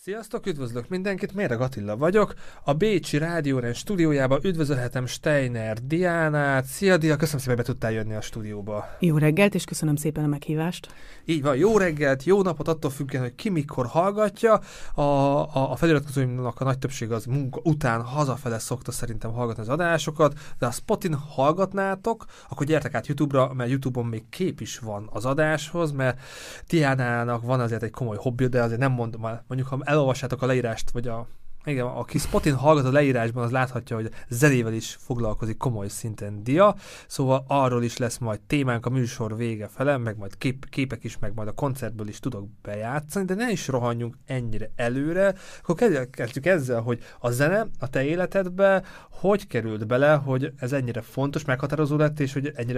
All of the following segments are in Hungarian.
Sziasztok, üdvözlök mindenkit, Méreg Attila vagyok. A Bécsi Rádiórend stúdiójában üdvözölhetem Steiner Diánát. Szia, Dia, köszönöm szépen, hogy be tudtál jönni a stúdióba. Jó reggelt, és köszönöm szépen a meghívást. Így van, jó reggelt, jó napot, attól függően, hogy ki mikor hallgatja. A feliratkozóimnak a nagy többsége az munka után hazafele szokta szerintem hallgatni az adásokat, de ha Spotin hallgatnátok, akkor gyertek át YouTube-ra, mert YouTube-on még kép is van az adáshoz, mert Diánának van azért egy komoly hobbja, de azért nem mondom el, mondjuk ha elolvassátok a leírást, vagy igen, aki Spotin hallgat a leírásban, az láthatja, hogy zenével is foglalkozik komoly szinten Dia, szóval arról is lesz majd témánk a műsor vége fele, meg majd képek is, meg majd a koncertből is tudok bejátszani, de ne is rohanjunk ennyire előre. Akkor kezdjük ezzel, hogy a zene a te életedbe hogy került bele, hogy ez ennyire fontos, meghatározó lett, és hogy ennyire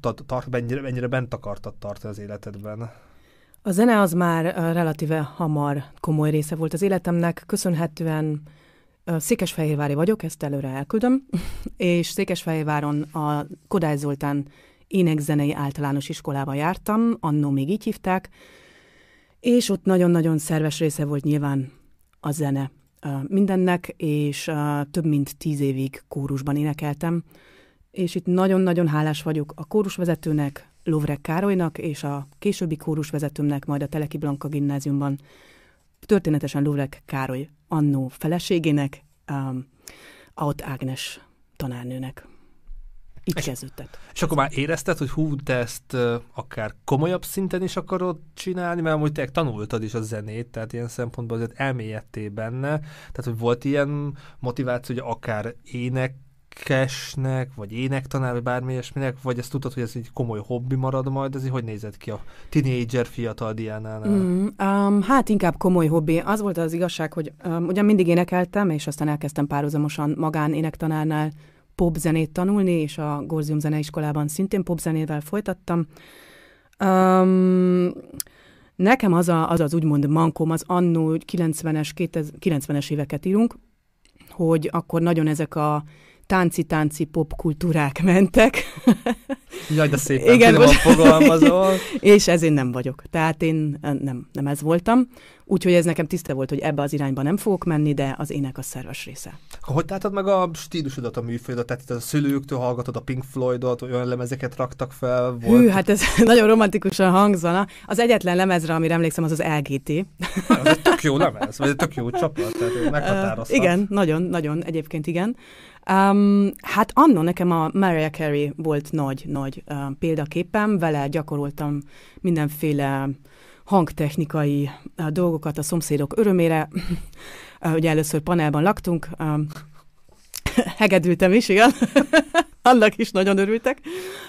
bent akartad tartani az életedben. A zene az már relatíve hamar komoly része volt az életemnek, köszönhetően székesfehérvári vagyok, ezt előre elküldöm, és Székesfehérváron a Kodály Zoltán énekzenei általános iskolában jártam, annó még így hívták, és ott nagyon-nagyon szerves része volt nyilván a zene mindennek, és több mint 10 évig kórusban énekeltem, és itt nagyon-nagyon hálás vagyok a kórusvezetőnek, Lovrek Károlynak, és a későbbi kórusvezetőmnek, majd a Teleki Blanka gimnáziumban, történetesen Lovrek Károly annó feleségének, Aut Ágnes tanárnőnek. Itt kezdődött. És akkor már érezted, hogy te ezt akár komolyabb szinten is akarod csinálni, mert amúgy te tanultad is a zenét, tehát ilyen szempontból azért elmélyedtél benne, tehát hogy volt ilyen motiváció, hogy akár énekesnek, vagy énektanár, vagy bármi ilyesminek, vagy ezt tudtad, hogy ez egy komoly hobbi marad majd, ez így hogy nézett ki a tínédzser fiatal Diánánál? Hát inkább komoly hobbi. Az volt az igazság, hogy ugyan mindig énekeltem, és aztán elkezdtem párhuzamosan magánénektanárnál popzenét tanulni, és a Gorzium Zeneiskolában szintén popzenével folytattam. Nekem az úgymond mankom, az annó 90-es éveket írunk, hogy akkor nagyon ezek a tánci popkultúrák mentek. Jaj, de szépen, igen, finoman fogalmazol. És ez én nem vagyok. Tehát én nem ez voltam. Úgyhogy ez nekem tiszta volt, hogy ebbe az irányba nem fogok menni, de az ének a szerves része. Hogy látod meg a stílusodat, a műfajodat? Tehát a szülőktől hallgatod a Pink Floydot, olyan lemezeket raktak fel? Volt? Hű, hát ez nagyon romantikusan hangzana. Az egyetlen lemezre, amire emlékszem, az LGT. Az egy tök jó lemez, vagy egy tök jó csapat, tehát meghatározhat. Igen, nagyon egyébként igen. Hát anno nekem a Mariah Carey volt nagy példaképem, vele gyakoroltam mindenféle hangtechnikai dolgokat a szomszédok örömére. Ugye először panelban laktunk, hegedültem is, igen. Annak is nagyon örültek.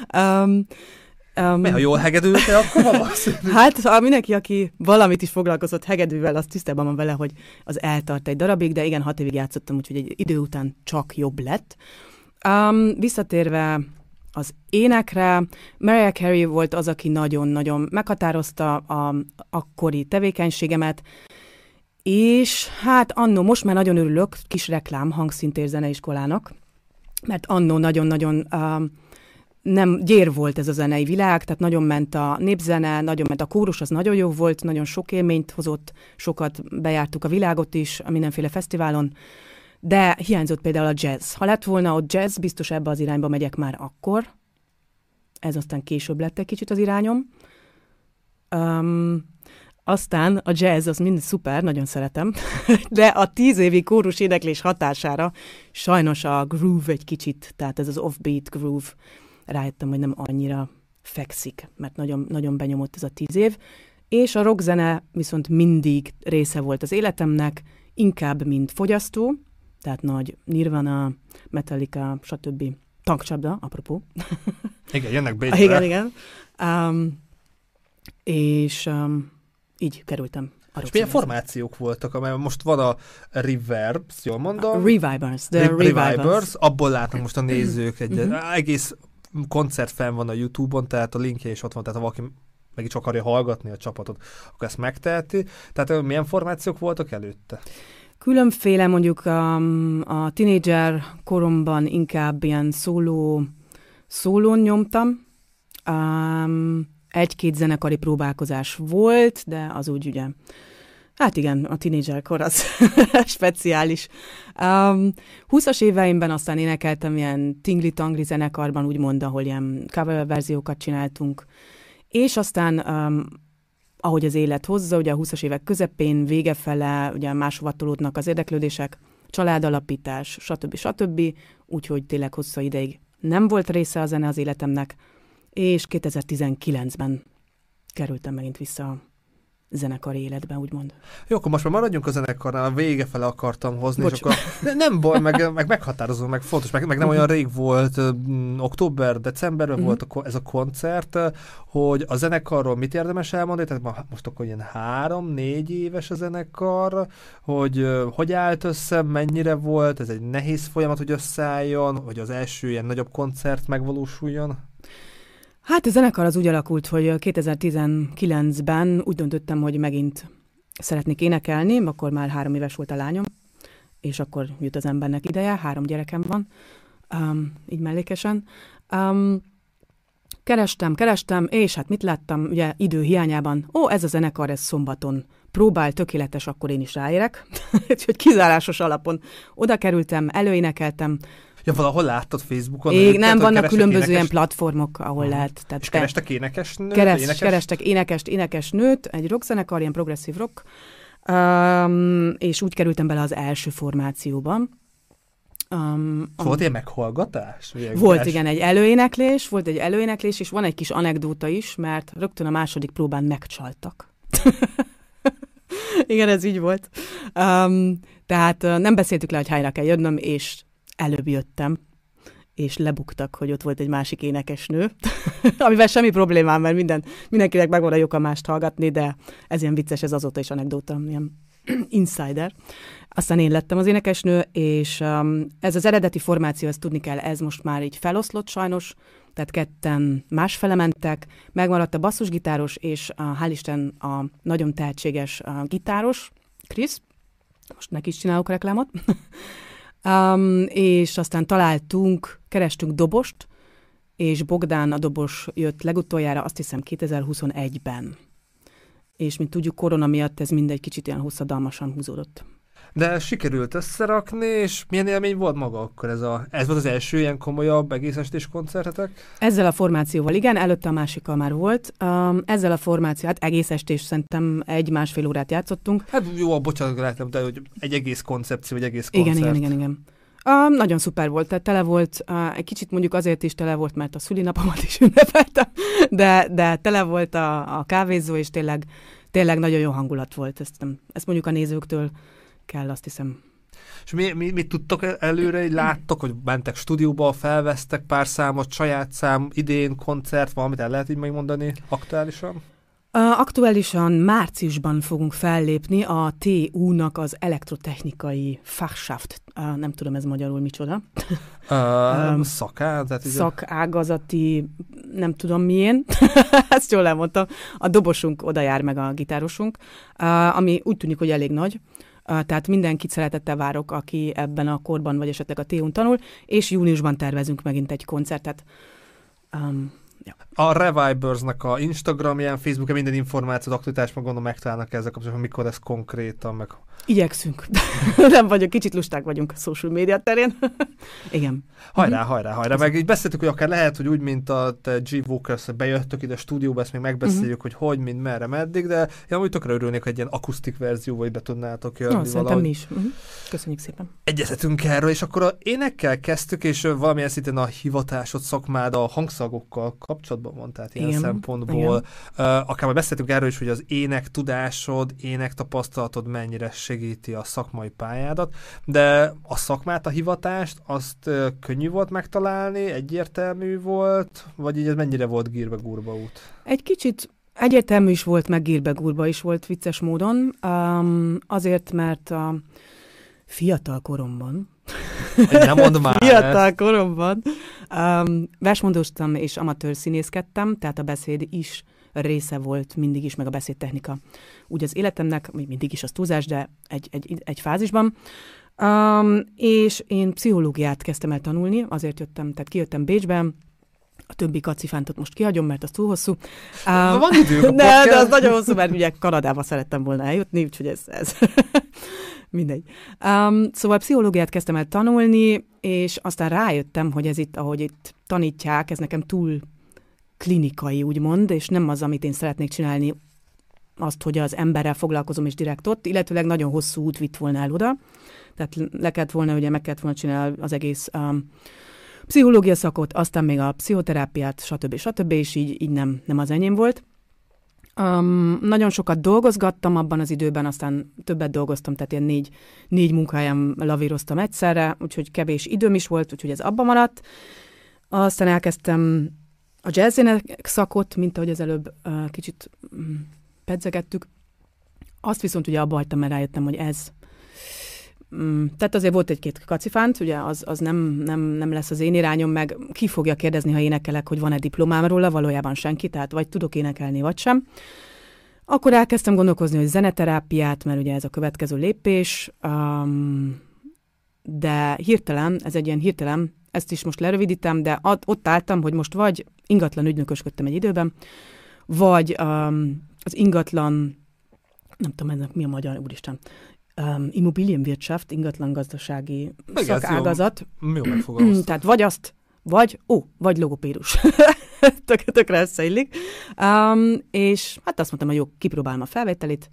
Ha jól hegedülte, akkor valószínű. Hát mindenki, aki valamit is foglalkozott hegedűvel, az tisztában van vele, hogy az eltart egy darabig, de igen, 6 évig játszottam, úgyhogy egy idő után csak jobb lett. Visszatérve az énekre, Mariah Carey volt az, aki nagyon-nagyon meghatározta az akkori tevékenységemet, és hát annó, most már nagyon örülök, kis reklám Hangszintér Zeneiskolának, mert annó nagyon-nagyon nem gyér volt ez a zenei világ, tehát nagyon ment a népzene, nagyon ment a kórus, az nagyon jó volt, nagyon sok élményt hozott, sokat bejártuk a világot is, a mindenféle fesztiválon, de hiányzott például a jazz. Ha lett volna ott jazz, biztos ebbe az irányba megyek már akkor. Ez aztán később lett egy kicsit az irányom. Aztán a jazz az mind szuper, nagyon szeretem, de a 10 évi kórus éneklés hatására sajnos a groove egy kicsit, tehát ez az offbeat groove, rájöttem, hogy nem annyira fekszik, mert nagyon, nagyon benyomott ez a 10 év, és a rockzene viszont mindig része volt az életemnek, inkább mint fogyasztó, tehát nagy Nirvana, Metallica, stb. Tankcsapda, apropó. Igen, jönnek Bécsbe. Igen. És így kerültem. És milyen formációk voltak, amely most van a Reverbs, jól mondom? Revivers. Revivers, abból látnak most a nézők egy egész koncert fenn van a YouTube-on, tehát a linkje is ott van, tehát ha valaki meg is akarja hallgatni a csapatot, akkor ezt megteheti. Tehát milyen formációk voltak előtte? Különféle, mondjuk a tínédzser koromban inkább ilyen szólón nyomtam. Egy-két zenekari próbálkozás volt, de az úgy ugye Hát igen, a tínédzserkor az speciális. 20-as éveimben aztán énekeltem ilyen tingli-tangli zenekarban, úgymond, ahol ilyen cover verziókat csináltunk. És aztán, ahogy az élet hozza, ugye a 20-as évek közepén, vége fele, ugye máshova tolódnak az érdeklődések, családalapítás, stb. Úgyhogy tényleg hosszú ideig nem volt része a zene az életemnek, és 2019-ben kerültem megint vissza a zenekari életbe, úgymond. Jó, akkor most már maradjunk a zenekarnál, a vége fele akartam hozni, és akkor nem baj, meg meghatározó, meg fontos, meg nem olyan rég volt, október, decemberben volt ez a koncert, hogy a zenekarról mit érdemes elmondani, tehát most akkor ilyen 3-4 éves a zenekar, hogy állt össze, mennyire volt, ez egy nehéz folyamat, hogy összeálljon, hogy az első ilyen nagyobb koncert megvalósuljon? Hát a zenekar az úgy alakult, hogy 2019-ben úgy döntöttem, hogy megint szeretnék énekelni, akkor már 3 éves volt a lányom, és akkor jut az embernek ideje, 3 gyerekem van, így mellékesen. Kerestem, és hát mit láttam, ugye idő hiányában, ez a zenekar, ez szombaton próbál, tökéletes, akkor én is ráérek. Úgyhogy kizárásos alapon oda kerültem, előénekeltem. Ja, valahol láttad Facebookon? Nem, vannak különböző ilyen platformok, ahol lehet. Tehát és kerestek énekesnőt? Kerestek énekesnőt, egy rockzenekar, ilyen progresszív rock, és úgy kerültem bele az első formációban. Volt ilyen meghallgatás? Volt, igen, egy előéneklés, és van egy kis anekdóta is, mert rögtön a második próbán megcsaltak. Igen, ez így volt. Tehát nem beszéltük le, hogy hányra kell jönnöm, és előbb jöttem, és lebuktak, hogy ott volt egy másik énekesnő, amivel semmi problémám, mert mindenkinek megvan a joga mást hallgatni, de ez ilyen vicces, ez azóta is anekdóta, ilyen insider. Aztán én lettem az énekesnő, és ez az eredeti formáció, ezt tudni kell, ez most már így feloszlott sajnos, tehát ketten másfele mentek, megmaradt a basszusgitáros, és hál' Isten a nagyon tehetséges gitáros, Krisz, most neki is csinálok reklámot, és aztán kerestünk dobost, és Bogdán a dobos jött legutoljára, azt hiszem 2021-ben. És mint tudjuk, korona miatt ez mindegy kicsit ilyen hosszadalmasan húzódott. De sikerült összerakni, és milyen élmény volt maga akkor ez volt az első ilyen komolyabb egész estés koncertetek? Ezzel a formációval igen, előtte a másikkal már volt. Ezzel a formáció, hát egész estés szerintem 1-1,5 órát játszottunk. Hát jó, bocsánat, láttam, de hogy egy egész koncepció, vagy egész koncert. Igen. Nagyon szuper volt, tehát tele volt, egy kicsit mondjuk azért is tele volt, mert a szülinapomat is ünnepeltem, de tele volt a kávézó, és tényleg nagyon jó hangulat volt. Ezt mondjuk a nézőktől kell, azt hiszem. És mit tudtok előre, hogy láttok, hogy mentek stúdióba, felvesztek pár számot, saját szám, idén, koncert, valamit el lehet így megmondani aktuálisan? Aktuálisan márciusban fogunk fellépni a TU-nak az elektrotechnikai Fachschaft, nem tudom ez magyarul micsoda. Szakágazati, nem tudom milyen, ezt jól elmondtam. A dobosunk oda jár meg a gitárosunk, ami úgy tűnik, hogy elég nagy. Tehát mindenkit szeretettel várok, aki ebben a korban vagy esetleg a TU-n tanul, és júniusban tervezünk megint egy koncertet. Ja. A Revibers-nak a Instagramján, Facebookon minden információt, aktualitást meg gondolom megtalálnak ezzel kapcsolatban, mikor ez konkrétan meg... Igyekszünk. Nem vagyok, kicsit lusták vagyunk a social media terén. Igen. Hajrá. Meg így beszéltük, hogy akár lehet, hogy úgy, mint a G-Vocals, bejöttök ide a stúdióba, ezt még megbeszéljük, hogy mint merre, meddig, de én úgy tökre örülnék, hogy egy ilyen akusztik verzióval be tudnátok jönni. Szerintem mi is. Köszönjük szépen. Egyeztetünk erről, és akkor énekkel kezdtük, és valamilyen szinten a hivatásod, szakmád a hangszalagokkal kapcsolatban van, tehát ilyen szempontból. Akár már beszéltünk erről is, hogy az ének tudásod, ének tapasztalatod mennyire segíti a szakmai pályádat, de a szakmát, a hivatást, azt könnyű volt megtalálni, egyértelmű volt, vagy így ez mennyire volt gírbe-gurba út? Egy kicsit egyértelmű is volt, meg gírbe-gurba is volt vicces módon, azért, mert a fiatal koromban versmondóztam és amatőr színészkedtem, tehát a beszéd is része volt mindig is, meg a beszédtechnika. Úgy az életemnek, mindig is az túlzás, de egy fázisban. És én pszichológiát kezdtem el tanulni, azért jöttem, tehát kijöttem Bécsben, A többi kacifántot most kihagyom, mert az túl hosszú. Van idők. De az nagyon hosszú, mert ugye Kanadába szerettem volna eljutni, úgyhogy ez mindegy. Szóval pszichológiát kezdtem el tanulni, és aztán rájöttem, hogy ez itt, ahogy itt tanítják, ez nekem túl klinikai, úgymond, és nem az, amit én szeretnék csinálni, azt, hogy az emberrel foglalkozom és direkt ott, illetőleg nagyon hosszú út vitt volna el oda. Tehát le kellett volna, ugye meg kellett volna csinálni az egész pszichológia szakot, aztán még a pszichoterápiát, stb. És így nem az enyém volt. Nagyon sokat dolgozgattam abban az időben, aztán többet dolgoztam, tehát ilyen négy munkáján lavíroztam egyszerre, úgyhogy kevés időm is volt, úgyhogy ez abba maradt. Aztán elkezdtem a jazzének szakot, mint ahogy az előbb kicsit pedzegettük. Azt viszont ugye abba hagytam, mert rájöttem, hogy ez. Tehát azért volt egy-két kacifánt, ugye az nem lesz az én irányom, meg ki fogja kérdezni, ha énekelek, hogy van-e diplomám róla, valójában senki, tehát vagy tudok énekelni, vagy sem. Akkor elkezdtem gondolkozni, hogy zeneterápiát, mert ugye ez a következő lépés, de hirtelen, ez egy ilyen hirtelen, ezt is most lerövidítem, de ott álltam, hogy most vagy ingatlan ügynökösködtem egy időben, vagy az ingatlan, nem tudom, ennek mi a magyar, úristen, Immobilienwirtschaft, ingatlan gazdasági szakágazat. Jó megfogalmaztam. Tehát vagy azt, vagy logopédus. Tökre összeillik. És hát azt mondtam, hogy jó, kipróbálom a felvételit.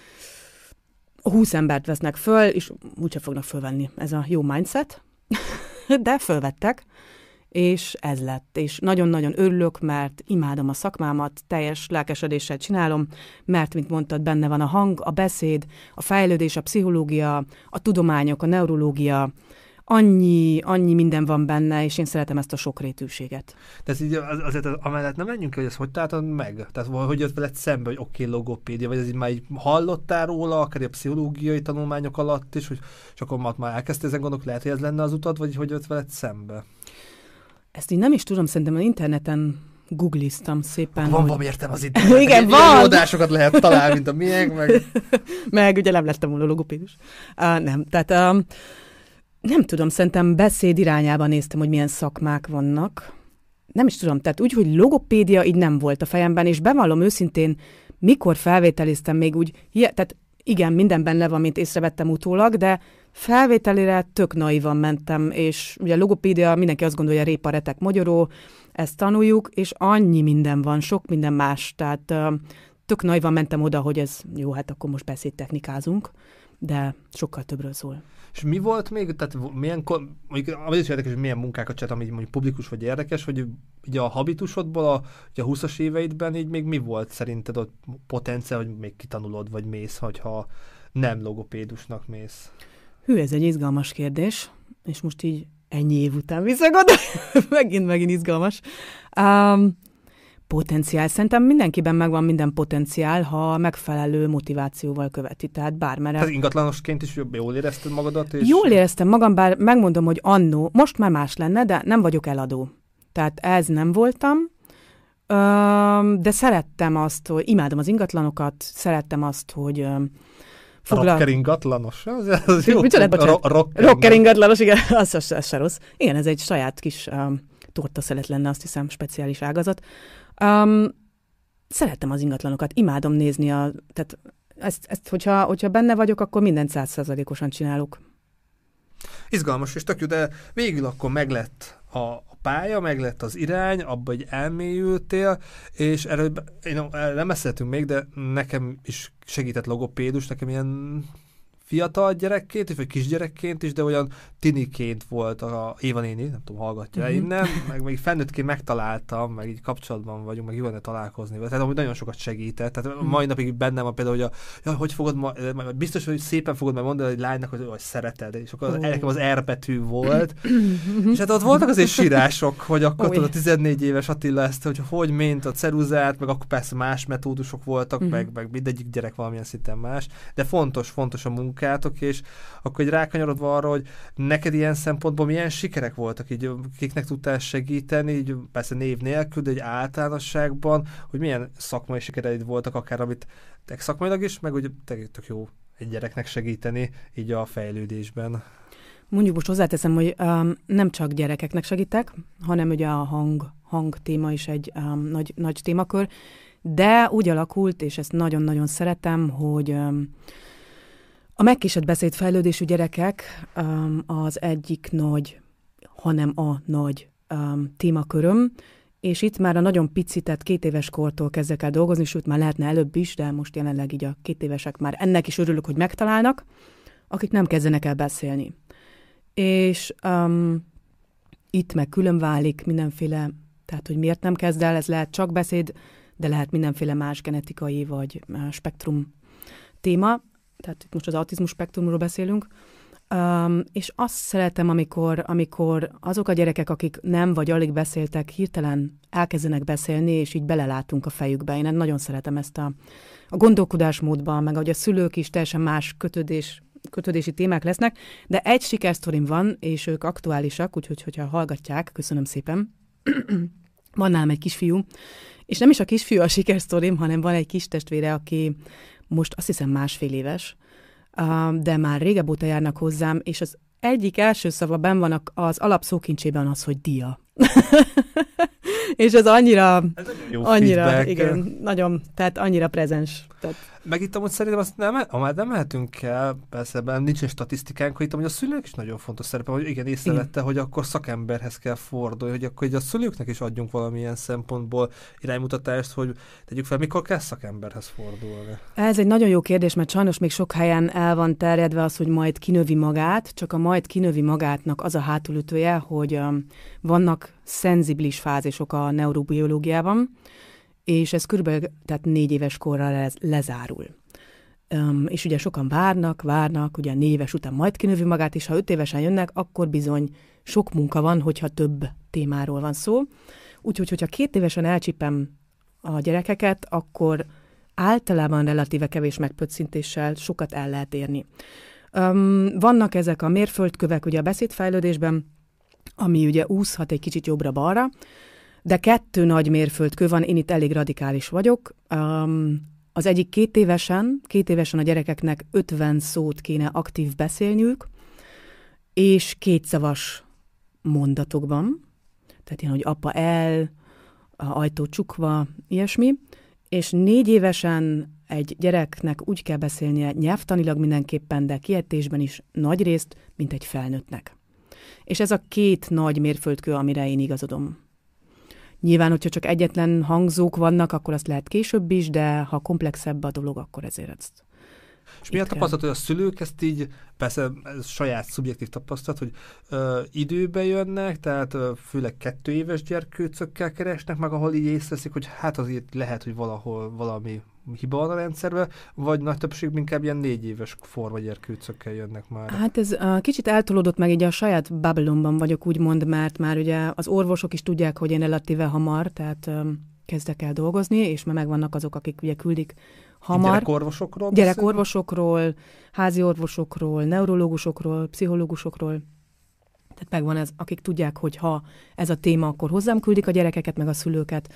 20 embert vesznek föl, és úgyse fognak fölvenni. Ez a jó mindset. De fölvettek, és ez lett. És nagyon-nagyon örülök, mert imádom a szakmámat, teljes lelkesedéssel csinálom, mert, mint mondtad, benne van a hang, a beszéd, a fejlődés, a pszichológia, a tudományok, a neurológia, annyi minden van benne, és én szeretem ezt a sokrétűséget. Tehát így azért amellett nem menjünk, hogy ezt hogy találtad meg? Tehát hogy jött veled szembe, hogy oké, logopédia, vagy ez így már így hallottál róla, akár a pszichológiai tanulmányok alatt is, hogy csak akkor már elkezdtél ezen gondolni, lehet, hogy ez lenne az utad, vagy hogy jött veled szembe? Ezt én nem is tudom, szerintem az interneten googliztam szépen. Van valami értem az interneten. Igen, van! Adásokat lehet találni, mint a miénk, meg... meg ugye nem lettem volna logopédus. Nem, tehát nem tudom, szerintem beszéd irányában néztem, hogy milyen szakmák vannak. Nem is tudom, tehát úgy, hogy logopédia így nem volt a fejemben, és bevallom őszintén, mikor felvételiztem még úgy, tehát igen, minden benne van, mint észrevettem utólag, de felvételére tök naivan mentem, és ugye logopédia, mindenki azt gondolja, répa, retek, mogyoró, ezt tanuljuk, és annyi minden van, sok minden más, tehát tök naivan mentem oda, hogy ez jó, hát akkor most beszédtechnikázunk, de sokkal többről szól. És mi volt még, tehát milyen, mondjuk az is érdekes, hogy milyen munkákat csinált, ami mondjuk publikus vagy érdekes, hogy ugye a habitusodból, a 20-as éveidben így még mi volt szerinted ott potenciál, hogy még kitanulod, vagy mész, hogyha nem logopédusnak mész? Hű, ez egy izgalmas kérdés, és most így ennyi év után visszagondolom, megint izgalmas. Potenciál. Szerintem mindenkiben megvan minden potenciál, ha megfelelő motivációval követi, tehát bármere. Tehát ingatlanosként is jól érezted magadat? És... Jól éreztem magam, bár megmondom, hogy annó, most már más lenne, de nem vagyok eladó. Tehát ez nem voltam, de szerettem azt, hogy imádom az ingatlanokat, szerettem azt, hogy rocker ingatlanos? Az jó. Rocker ingatlanos, igen, az se rossz. Igen, ez egy saját kis tortaszelet lenne, azt hiszem, speciális ágazat. Szerettem az ingatlanokat, imádom nézni, tehát ezt hogyha benne vagyok, akkor mindent 100%-osan csinálok. Izgalmas és tök jó, de végül akkor meglett a pálya, meglett az irány, abba egy elmélyültél, és erről nem beszéltünk még, de nekem is segített logopédus, nekem ilyen fiatal gyerekként, vagy kisgyerekként is, de olyan tiniként volt a Éva néni, nem tudom, hallgatja innen, meg még felnőttként megtaláltam, meg így kapcsolatban vagyunk, meg jó lenne találkozni. Tehát amúgy nagyon sokat segített. Tehát mai napig bennem van például, hogy fogod biztos, hogy szépen fogod majd mondani egy lánynak, hogy szereted, és akkor nekem az R betű volt. És hát ott voltak azért sírások, hogy akkor a 14 éves Attila ezt, hogy ment a ceruzát, meg akkor persze más metódusok voltak, meg mindegyik gyerek valamilyen szinten más, de fontos a munkátok, és akkor egy rákanyarodva arra, hogy neked ilyen szempontból milyen sikerek voltak, így kiknek tudtál segíteni, így persze név nélkül, de egy általánosságban, hogy milyen szakmai sikereid voltak, akár amit te szakmailag is, meg ugye tök jó egy gyereknek segíteni így a fejlődésben. Mondjuk most hozzáteszem, hogy nem csak gyerekeknek segítek, hanem ugye a hang téma is egy nagy témakör, de úgy alakult, és ezt nagyon-nagyon szeretem, hogy a megkésett beszédfejlődésű gyerekek az egyik nagy, hanem a nagy témaköröm, és itt már a nagyon pici, tehát 2 éves kortól kezdek el dolgozni, sőt már lehetne előbb is, de most jelenleg így a 2 évesek már ennek is örülök, hogy megtalálnak, akik nem kezdenek el beszélni. És itt meg külön válik mindenféle, tehát hogy miért nem kezd el, ez lehet csak beszéd, de lehet mindenféle más genetikai vagy spektrum téma, tehát most az autizmus spektrumról beszélünk, és azt szeretem, amikor azok a gyerekek, akik nem vagy alig beszéltek, hirtelen elkezdenek beszélni, és így belelátunk a fejükbe. Én nagyon szeretem ezt a gondolkodásmódban, meg ahogy a szülők is teljesen más kötődési témák lesznek, de egy sikersztorim van, és ők aktuálisak, úgyhogy, hogyha hallgatják, köszönöm szépen. Van nálam egy kisfiú, és nem is a kisfiú a sikersztorim, hanem van egy kis testvére, aki most azt hiszem 1,5 éves, de már régebb óta járnak hozzám, és az egyik első szava benn van az alapszókincsében az, hogy dia. És ez annyira, igen, nagyon, tehát annyira prezens. Tehát... Meg itt amúgy szerintem azt nem mehetünk el, persze ebben nincs egy statisztikánk, hogy itt amúgy a szülők is nagyon fontos szerepe, hogy igen, észrevette, hogy akkor szakemberhez kell fordulni, hogy akkor a szülőknek is adjunk valamilyen szempontból iránymutatást, hogy tegyük fel, mikor kell szakemberhez fordulni. Ez egy nagyon jó kérdés, mert sajnos még sok helyen el van terjedve az, hogy majd kinövi magát, csak a majd kinövi magátnak az a hátulütője, hogy vannak szenzibilis fázisok a neurobiológiában, és ez körülbelül tehát 4 éves korra lezárul. És ugye sokan várnak, ugye 4 éves után majd kinövi magát, és ha 5 évesen jönnek, akkor bizony sok munka van, hogyha több témáról van szó. Úgyhogy, hogyha 2 évesen elcsípem a gyerekeket, akkor általában relatíve kevés megpöccintéssel sokat el lehet érni. Vannak ezek a mérföldkövek ugye a beszédfejlődésben, ami ugye úszhat egy kicsit jobbra-balra, de 2 nagy mérföldkő van, én itt elég radikális vagyok. Az egyik 2 évesen a gyerekeknek 50 szót kéne aktív beszélniük, és 2 szavas mondatokban, tehát ilyen, hogy apa el, ajtó csukva, ilyesmi, és 4 évesen egy gyereknek úgy kell beszélnie nyelvtanilag mindenképpen, de kiejtésben is nagyrészt, mint egy felnőttnek. És ez a 2 nagy mérföldkő, amire én igazodom. Nyilván, hogyha csak egyetlen hangzók vannak, akkor azt lehet később is, de ha komplexebb a dolog, akkor ezért ezt. És mi a tapasztalat, hogy a szülők ezt így, persze ez saját szubjektív tapasztalat, hogy időbe jönnek, tehát főleg 2 éves gyerkőcökkel keresnek meg, ahol így észreveszik, hogy hát azért lehet, hogy valahol valami hiba van a rendszerben, vagy nagy többség inkább ilyen 4 éves forma gyerkőcökkel jönnek már? Hát ez kicsit eltolódott meg, így a saját bubble-omban vagyok úgymond, mert már ugye az orvosok is tudják, hogy én relatíve hamar, tehát kezdek el dolgozni, és már megvannak azok, akik ugye küldik hamar. Gyerekorvosokról, házi orvosokról, neurológusokról, pszichológusokról. Tehát megvan ez, akik tudják, hogy ha ez a téma, akkor hozzám küldik a gyerekeket, meg a szülőket.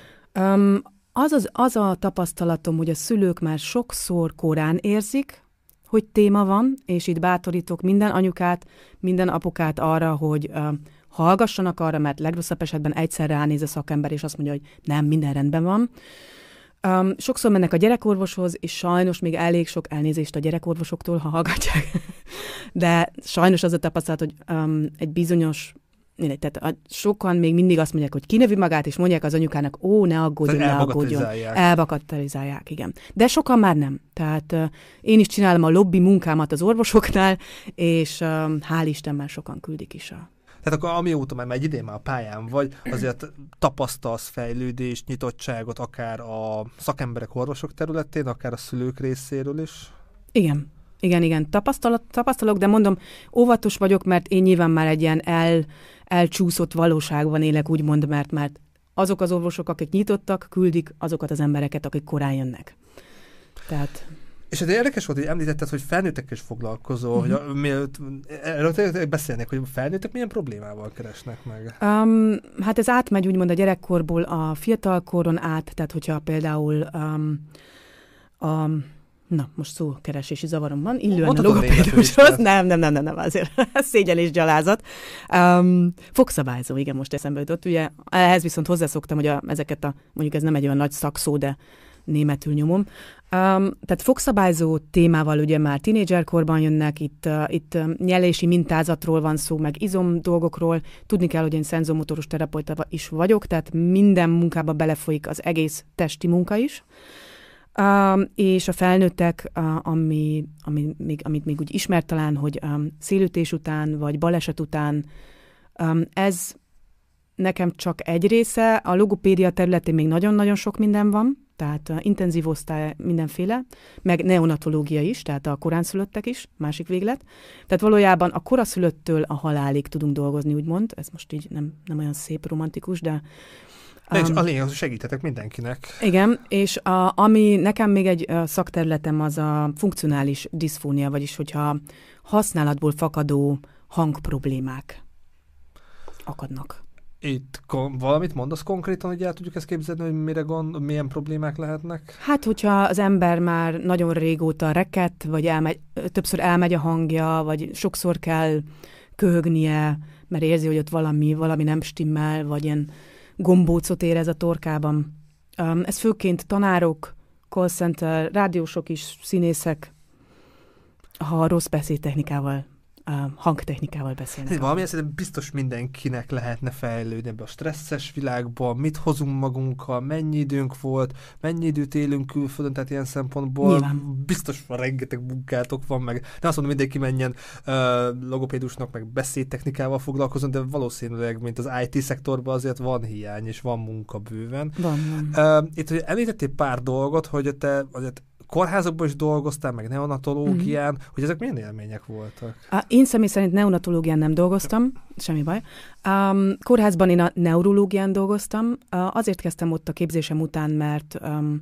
Az a tapasztalatom, hogy a szülők már sokszor korán érzik, hogy téma van, és itt bátorítok minden anyukát, minden apukát arra, hogy hallgassanak arra, mert legrosszabb esetben egyszer ránéz a szakember, és azt mondja, hogy nem, minden rendben van. Sokszor mennek a gyerekorvoshoz, és sajnos még elég sok elnézést a gyerekorvosoktól, ha hallgatják. De sajnos az a tapasztalat, hogy egy bizonyos, tehát sokan még mindig azt mondják, hogy kinövi magát, és mondják az anyukának, ne aggódjon. Elbagatelizálják, igen. De sokan már nem. Tehát én is csinálom a lobby munkámat az orvosoknál, és hál' Isten már sokan küldik is Tehát akkor amióta már egy idén már a pályán vagy, azért tapasztalsz fejlődést, nyitottságot, akár a szakemberek, orvosok területén, akár a szülők részéről is? Igen. Tapasztalok, de mondom, óvatos vagyok, mert én nyilván már egy ilyen elcsúszott valóságban élek, úgymond, mert azok az orvosok, akik nyitottak, küldik azokat az embereket, akik korán jönnek. Tehát... És ez érdekes volt, hogy említetted, hogy felnőttekkel is foglalkozol, hogy erről beszélnek, hogy felnőttek milyen problémával keresnek meg? Hát ez átmegy úgymond a gyerekkorból a fiatalkoron át, tehát hogyha például Na, most szókeresési zavarom van, illően a logopédushoz. Nem, azért szégyen és gyalázat. Fogszabályzó, igen, most eszembe jutott. Ugye ehhez viszont hozzászoktam, hogy mondjuk ez nem egy olyan nagy szakszó, de németül nyomom. Tehát fogszabályzó témával ugye már tínédzserkorban jönnek, itt nyelési mintázatról van szó, meg izom dolgokról. Tudni kell, hogy én szenzomotoros terapeuta is vagyok, tehát minden munkába belefolyik az egész testi munka is. És a felnőttek, amit még úgy ismert talán, hogy szélütés után, vagy baleset után, ez nekem csak egy része. A logopédia területén még nagyon-nagyon sok minden van, tehát intenzív osztály mindenféle, meg neonatológia is, tehát a koránszülöttek is, másik véglet. Tehát valójában a koraszülöttől a halálig tudunk dolgozni, úgymond. Ez most így nem olyan szép, romantikus, de... És a lényeg, hogy segíthetek mindenkinek. Igen, és ami nekem még egy szakterületem, az a funkcionális diszfónia, vagyis hogyha használatból fakadó hangproblémák akadnak. Itt valamit mondasz konkrétan, hogy el tudjuk ezt képzelni, hogy milyen problémák lehetnek? Hát, hogyha az ember már nagyon régóta rekedt, vagy többször elmegy a hangja, vagy sokszor kell köhögnie, mert érzi, hogy ott valami nem stimmel, vagy ilyen gombócot érez a torkában. Ez főként tanárok, call center, rádiósok is, színészek, ha rossz beszédtechnikával, hangtechnikával beszélnek. Valamilyen szerintem biztos mindenkinek lehetne fejlődni ebbe a stresszes világban, mit hozunk magunkkal, mennyi időnk volt, mennyi időt élünk külföldön, tehát ilyen szempontból nyilván. Biztos rengeteg munkátok van, meg nem azt mondom, mindenki menjen logopédusnak, meg beszédtechnikával foglalkozon, de valószínűleg, mint az IT-szektorban azért van hiány, és van munka bőven. Van. Itt hogy említettél pár dolgot, hogy te azért kórházakban is dolgoztál, meg neonatológián, hogy ezek milyen élmények voltak? Én személy szerint neonatológián nem dolgoztam, semmi baj. Kórházban én a neurológián dolgoztam. Azért kezdtem ott a képzésem után, mert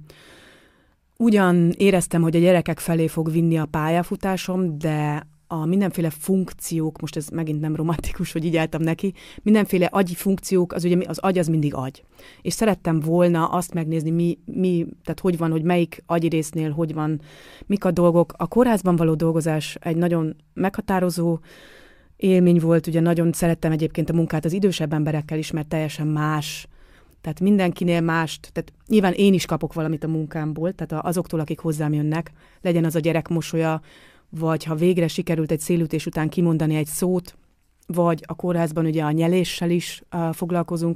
ugyan éreztem, hogy a gyerekek felé fog vinni a pályafutásom, de a mindenféle funkciók, most ez megint nem romantikus, hogy így álltam neki, mindenféle agyi funkciók, az ugye az agy az mindig agy. És szerettem volna azt megnézni, tehát hogy van, hogy melyik agyi résznél, hogy van, mik a dolgok. A kórházban való dolgozás egy nagyon meghatározó élmény volt, ugye nagyon szerettem egyébként a munkát az idősebb emberekkel is, mert teljesen más, tehát mindenkinél mást, tehát nyilván én is kapok valamit a munkámból, tehát azoktól, akik hozzám jönnek, legyen az a gyerek mosolya, vagy ha végre sikerült egy szélütés után kimondani egy szót, vagy a kórházban ugye a nyeléssel is foglalkozunk.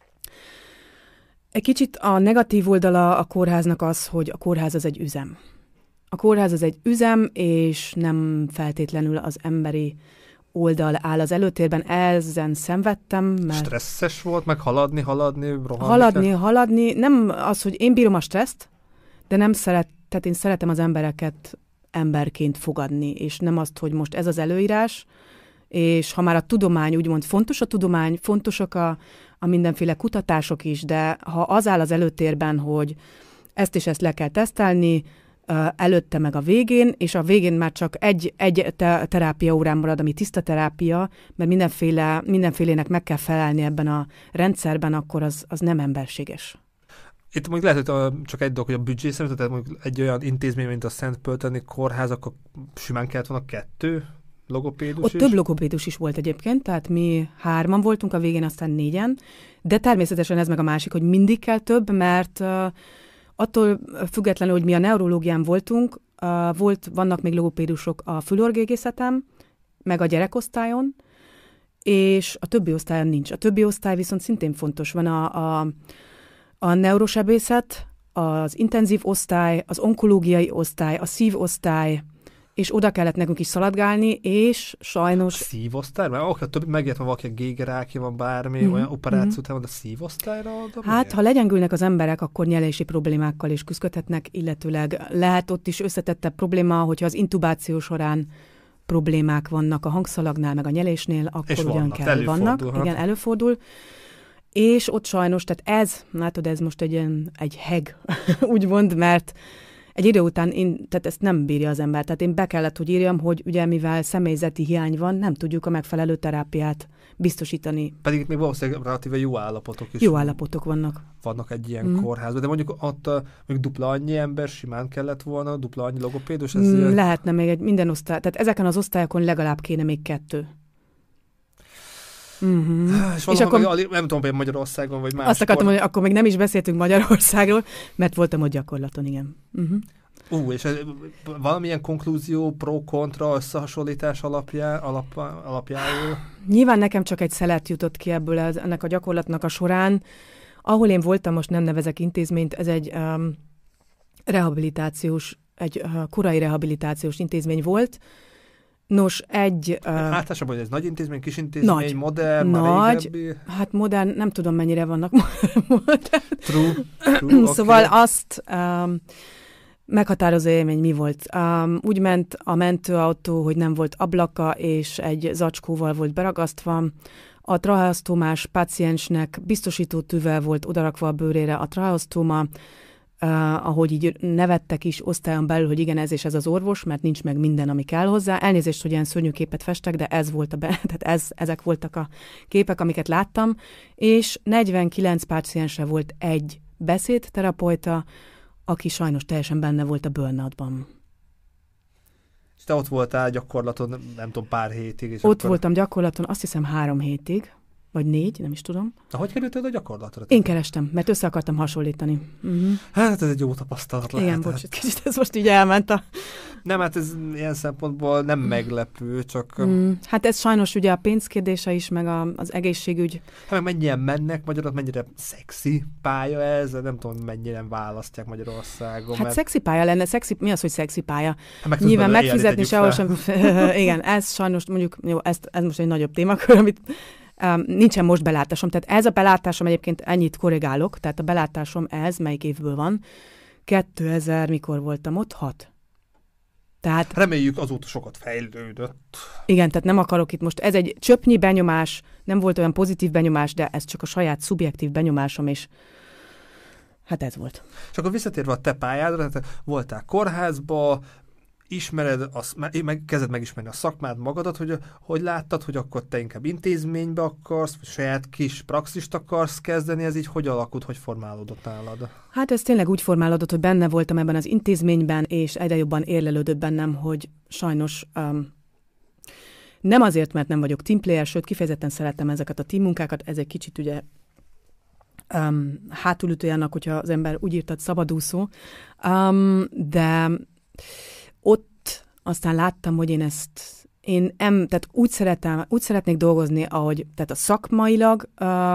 Egy kicsit a negatív oldala a kórháznak az, hogy a kórház az egy üzem. A kórház az egy üzem, és nem feltétlenül az emberi oldal áll az előtérben. Ezen szenvedtem, mert... Stresszes volt, meg rohanni? Haladni. Nem az, hogy én bírom a stresszt, de tehát én szeretem az embereket emberként fogadni, és nem azt, hogy most ez az előírás, és ha már a tudomány, úgymond fontos a tudomány, fontosak a mindenféle kutatások is, de ha az áll az előtérben, hogy ezt és ezt le kell tesztelni, előtte meg a végén, és a végén már csak egy terápia órán marad, ami tiszta terápia, mert mindenfélének meg kell felelni ebben a rendszerben, akkor az nem emberséges. Itt mondjuk lehet, hogy csak egy dolog, hogy a büdzsé szerint, tehát mondjuk egy olyan intézmény, mint a Szentpölteni kórház, akkor simán kellett volna 2 logopédus ott is? Több logopédus is volt egyébként, tehát mi 3 voltunk a végén, aztán 4-en, de természetesen ez meg a másik, hogy mindig kell több, mert attól függetlenül, hogy mi a neurológián voltunk, vannak még logopédusok a fülorgégészetem, meg a gyerekosztályon, és a többi osztályon nincs. A többi osztály viszont szintén fontos. Van a neurosebészet, az intenzív osztály, az onkológiai osztály, a szívosztály, és oda kellett nekünk is szaladgálni, és sajnos... A szívosztály? Mert a többi megért, van valaki a gégerákja, van bármi, olyan operáció után, de a szívosztályra oda? Hát, ha legyengülnek az emberek, akkor nyelési problémákkal is küzdködhetnek, illetőleg lehet ott is összetettebb probléma, hogyha az intubáció során problémák vannak a hangszalagnál, meg a nyelésnél, akkor ugyan kell. Vannak, igen, előfordul. És ott sajnos, tehát ez most egy heg, úgymond, mert egy idő után tehát ezt nem bírja az ember. Tehát én be kellett, hogy írjam, hogy ugye mivel személyzeti hiány van, nem tudjuk a megfelelő terápiát biztosítani. Pedig még valószínűleg relatíve jó állapotok is. Jó állapotok vannak. Vannak egy ilyen kórházban, de mondjuk ott még dupla annyi ember simán kellett volna, dupla annyi logopédus. Lehetne még minden osztály, tehát ezeken az osztályokon legalább kéne még 2. És akkor nem tudom, hogy Magyarországon, vagy máskor. Azt akartam, hogy akkor még nem is beszéltünk Magyarországról, mert voltam ott gyakorlaton, igen. És valamilyen konklúzió, pro-kontra, összehasonlítás alapjául? Nyilván nekem csak egy szelet jutott ki ebből ennek a gyakorlatnak a során. Ahol én voltam, most nem nevezek intézményt, ez egy korai rehabilitációs intézmény volt. Nos, általában ez nagy intézmény, kis intézmény, modern, régebbi? Hát modern, nem tudom mennyire vannak modern. True, szóval azt meghatározó élmény mi volt. Úgy ment a mentőautó, hogy nem volt ablaka, és egy zacskóval volt beragasztva. A tracheosztómás páciensnek biztosító tűvel volt odarakva a bőrére a tracheosztóma, ahogy így nevettek is osztályon belül, hogy igen, ez és ez az orvos, mert nincs meg minden, ami kell hozzá. Elnézést, hogy ilyen szörnyű képet festek, de ez volt tehát ezek voltak a képek, amiket láttam, és 49 páciensre volt egy beszédterapeuta, aki sajnos teljesen benne volt a burnoutban. És te ott voltál gyakorlaton, nem tudom, pár hétig. És ott voltam gyakorlaton, azt hiszem 3 hétig, vagy 4, nem is tudom. Hogy kerültél a gyakorlatra? Én kerestem, mert össze akartam hasonlítani. Hát ez egy jó tapasztalat lehet. Igen, bocs, kicsit ez most így elment a... Nem, hát ez ilyen szempontból nem meglepő, csak... Hát ez sajnos ugye a pénzkérdése is, meg az egészségügy. Hát meg mennyien mennek magyarul, mennyire szexi pálya ez, nem tudom, mennyire választják Magyarországon. Hát szexi pálya lenne, mi az, hogy szexi pálya? Hát nyilván megfizetni sehol sem... Igen, ez sajnos mondjuk, jó, ez most egy nagyobb témakör, amit... nincsen most belátásom, tehát ez a belátásom egyébként ennyit korrigálok, tehát a belátásom ez, melyik évből van, 2000, mikor voltam ott, 6. Tehát, reméljük azóta sokat fejlődött. Igen, tehát nem akarok itt most, ez egy csöpnyi benyomás, nem volt olyan pozitív benyomás, de ez csak a saját szubjektív benyomásom, és hát ez volt. És akkor visszatérve a te pályádra, tehát voltál kórházba, ismered, kezded megismerni a szakmád magadat, hogy láttad, hogy akkor te inkább intézménybe akarsz, vagy saját kis praxist akarsz kezdeni, ez így hogy alakult, hogy formálódott nálad? Hát ez tényleg úgy formálódott, hogy benne voltam ebben az intézményben, és egyre jobban érlelődött bennem, hogy sajnos nem azért, mert nem vagyok teamplayer, sőt, kifejezetten szeretem ezeket a teammunkákat, ez egy kicsit ugye hátulütője annak, hogyha az ember úgy írtad szabadúszó, de ott aztán láttam, hogy tehát úgy szeretnék dolgozni, tehát a szakmailag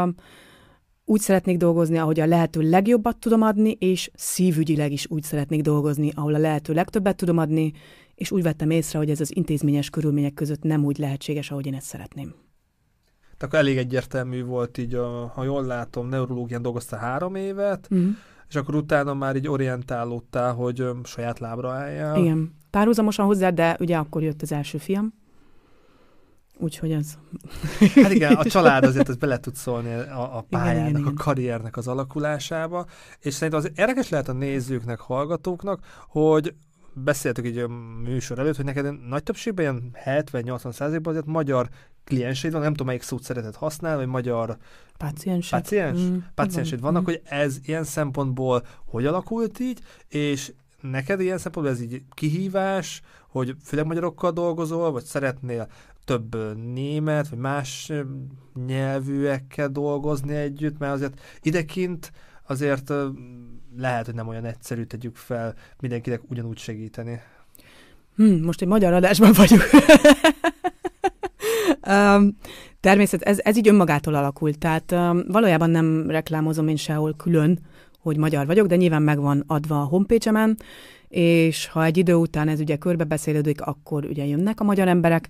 úgy szeretnék dolgozni, ahogy a lehető legjobbat tudom adni, és szívügyileg is úgy szeretnék dolgozni, ahol a lehető legtöbbet tudom adni, és úgy vettem észre, hogy ez az intézményes körülmények között nem úgy lehetséges, ahogy én ezt szeretném. Tehát akkor elég egyértelmű volt így, ha jól látom, neurológián dolgoztál 3 évet, és akkor utána már így orientálódtál, hogy saját lábra álljál. Igen, párhuzamosan hozzá, de ugye akkor jött az első fiam. Úgyhogy ez... Hát igen, a család azért az bele tud szólni a pályának, igen. A karriernek az alakulásába, és szerintem az érdekes lehet a nézőknek, hallgatóknak, hogy beszéltük így a műsor előtt, hogy neked nagy többségben ilyen 70-80%-ban azért magyar klienseid van, nem tudom, melyik szót szereted használni, vagy magyar pácienseid vannak, hogy ez ilyen szempontból hogy alakult így, és neked ilyen szempontból ez így kihívás, hogy főleg magyarokkal dolgozol, vagy szeretnél több német, vagy más nyelvűekkel dolgozni együtt, mert azért idekint azért lehet, hogy nem olyan egyszerű, tegyük fel, mindenkinek ugyanúgy segíteni. Most egy magyar adásban vagyunk. Természetesen ez így önmagától alakult, tehát valójában nem reklámozom én sehol külön, hogy magyar vagyok, de nyilván meg van adva a homepage-emen, és ha egy idő után ez ugye körbebeszélődik, akkor ugye jönnek a magyar emberek.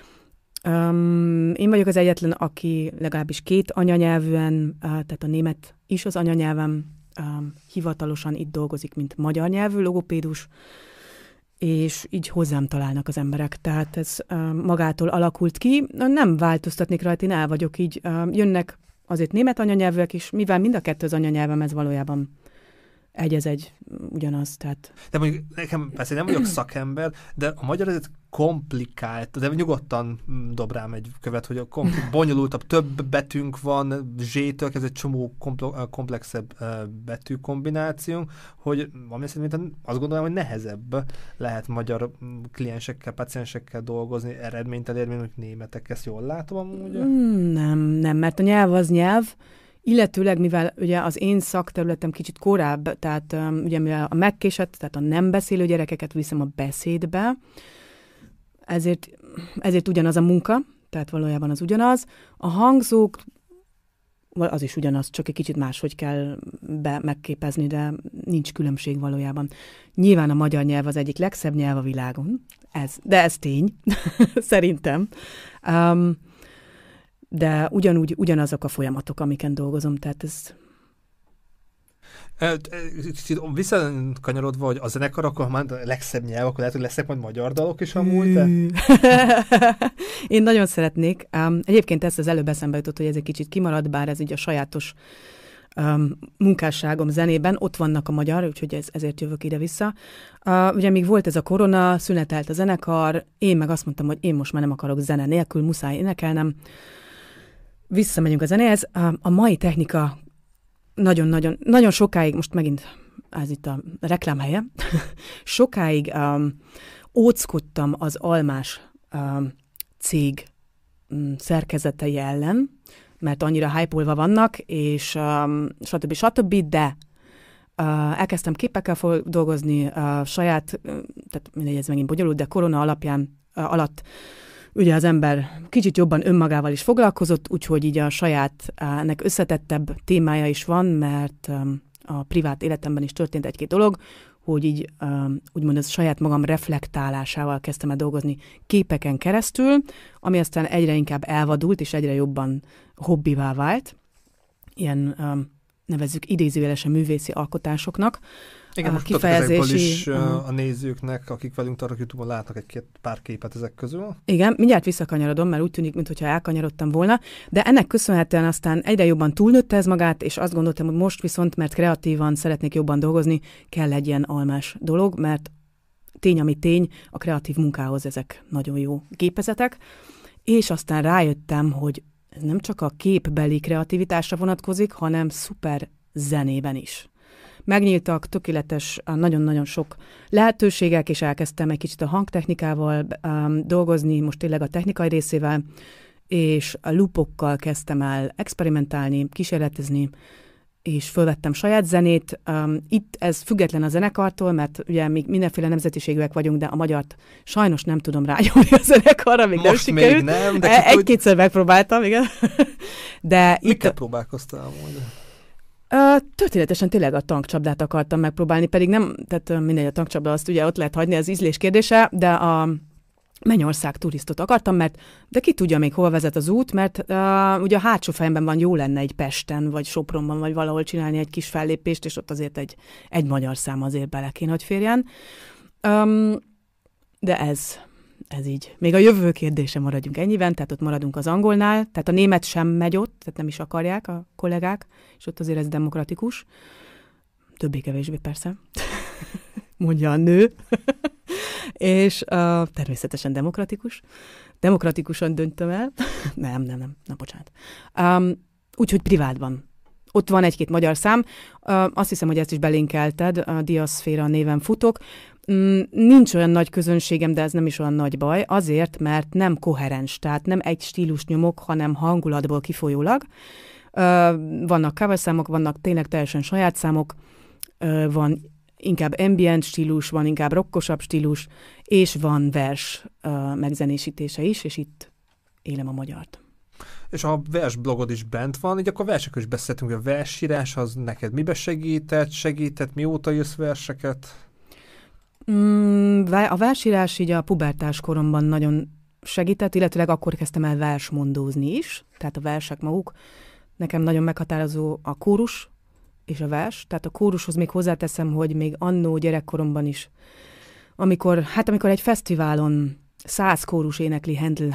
Én vagyok az egyetlen, aki legalábbis 2 anyanyelvűen, tehát a német is az anyanyelvem, hivatalosan itt dolgozik, mint magyar nyelvű logopédus, és így hozzám találnak az emberek. Tehát ez magától alakult ki. Nem változtatnék rajta, én el vagyok így. Jönnek azért német anyanyelvűek is, mivel mind a 2 az anyanyelvem, ez valójában egy ugyanaz, tehát... De mondjuk nekem persze nem vagyok szakember, de a magyar azért komplikált, de nyugodtan dob rám egy követ, hogy a bonyolultabb, több betűnk van, Z-től ez egy csomó komplexebb betűkombinációnk, hogy ami szerintem azt gondolom, hogy nehezebb lehet magyar kliensekkel, paciensekkel dolgozni, eredményt elérni, mint németek. Ezt jól látom amúgy? Nem, mert a nyelv az nyelv, illetőleg, mivel ugye az én szakterületem kicsit korább, tehát ugye mivel a megkésett, tehát a nem beszélő gyerekeket viszem a beszédbe, ezért ugyanaz a munka, tehát valójában az ugyanaz. A hangzók, az is ugyanaz, csak egy kicsit máshogy kell megképezni, de nincs különbség valójában. Nyilván a magyar nyelv az egyik legszebb nyelv a világon, de ez tény, szerintem. De ugyanazok a folyamatok, amiken dolgozom, tehát ez... Visszakanyarodva, hogy a zenekar, akkor már a legszebb nyelv, akkor lehet, hogy lesznek majd magyar dalok is amúgy, de... Én nagyon szeretnék. Egyébként ezt az előbb eszembe jutott, hogy ez egy kicsit kimarad, bár ez így a sajátos munkásságom zenében, ott vannak a magyar, úgyhogy ezért jövök ide-vissza. Ugye még volt ez a korona, szünetelt a zenekar, én meg azt mondtam, hogy én most már nem akarok zene nélkül, muszáj énekelnem. Visszamegyünk a zenéhez. A mai technika nagyon sokáig, most megint ez itt a reklámhelye, sokáig óckodtam az almás cég szerkezetei ellen, mert annyira hype-olva vannak, és stb. De elkezdtem képekkel dolgozni, saját, tehát mindegy, ez megint bonyolult, de korona alatt ugye az ember kicsit jobban önmagával is foglalkozott, úgyhogy így a sajátnek összetettebb témája is van, mert a privát életemben is történt egy-két dolog, hogy így úgymond ez saját magam reflektálásával kezdtem el dolgozni képeken keresztül, ami aztán egyre inkább elvadult, és egyre jobban hobbivá vált. Ilyen nevezzük idézőjelesen művészi alkotásoknak. Igen, most kifejezési... is a nézőknek, akik velünk tartok YouTube-on, látnak pár képet ezek közül. Igen, mindjárt visszakanyarodom, mert úgy tűnik, mintha elkanyarodtam volna, de ennek köszönhetően aztán egyre jobban túlnőtte ez magát, és azt gondoltam, hogy most viszont, mert kreatívan szeretnék jobban dolgozni, kell egy ilyen almás dolog, mert tény, ami tény, a kreatív munkához ezek nagyon jó gépezetek, és aztán rájöttem, hogy ez nem csak a képbeli kreativitásra vonatkozik, hanem szuper zenében is. Megnyíltak tökéletes, nagyon-nagyon sok lehetőségek, és elkezdtem egy kicsit a hangtechnikával dolgozni, most tényleg a technikai részével, és a loopokkal kezdtem el experimentálni, kísérletezni, és fölvettem saját zenét. Itt ez független a zenekartól, mert ugye még mindenféle nemzetiségűek vagyunk, de a magyart sajnos nem tudom rányomni a zenekarra, még most nem sikerült. Még nem, de egy-kétszer megpróbáltam, igen. De mikkel próbálkoztál amúgy? Történetesen tényleg a tankcsapdát akartam megpróbálni, pedig nem, tehát mindegy, a tankcsapda azt ugye ott lehet hagyni, az ízlés kérdése, de a Mennyország turistot akartam, de ki tudja még hol vezet az út, mert ugye a hátsó fejemben van, jó lenne egy Pesten, vagy Sopronban, vagy valahol csinálni egy kis fellépést, és ott azért egy magyar szám azért bele kéne, hogy férjen. De ez így. Még a jövő kérdése maradjunk ennyiben, tehát ott maradunk az angolnál, tehát a német sem megy ott, tehát nem is akarják a kollégák, és ott azért ez demokratikus. Többé-kevésbé persze, mondja a nő. És természetesen demokratikus. Demokratikusan döntöm el. Nem, bocsánat. Úgyhogy privátban. Ott van egy-két magyar szám. Azt hiszem, hogy ezt is belinkelted, a Diaszféra néven futok. Nincs olyan nagy közönségem, de ez nem is olyan nagy baj, azért, mert nem koherens, tehát nem egy stílus nyomok, hanem hangulatból kifolyólag. Vannak cover számok, vannak tényleg teljesen saját számok, van inkább ambient stílus, van inkább rockosabb stílus, és van vers megzenésítése is, és itt élem a magyart. És a versblogod is bent van, így akkor versekről is beszéltünk, hogy a versírás az neked mibe segített, mióta írsz verseket? A versírás így a pubertás koromban nagyon segített, illetőleg akkor kezdtem el versmondózni is, tehát a versek maguk. Nekem nagyon meghatározó a kórus és a vers, tehát a kórushoz még hozzáteszem, hogy még annó gyerekkoromban is, amikor egy fesztiválon 100 kórus énekli Handel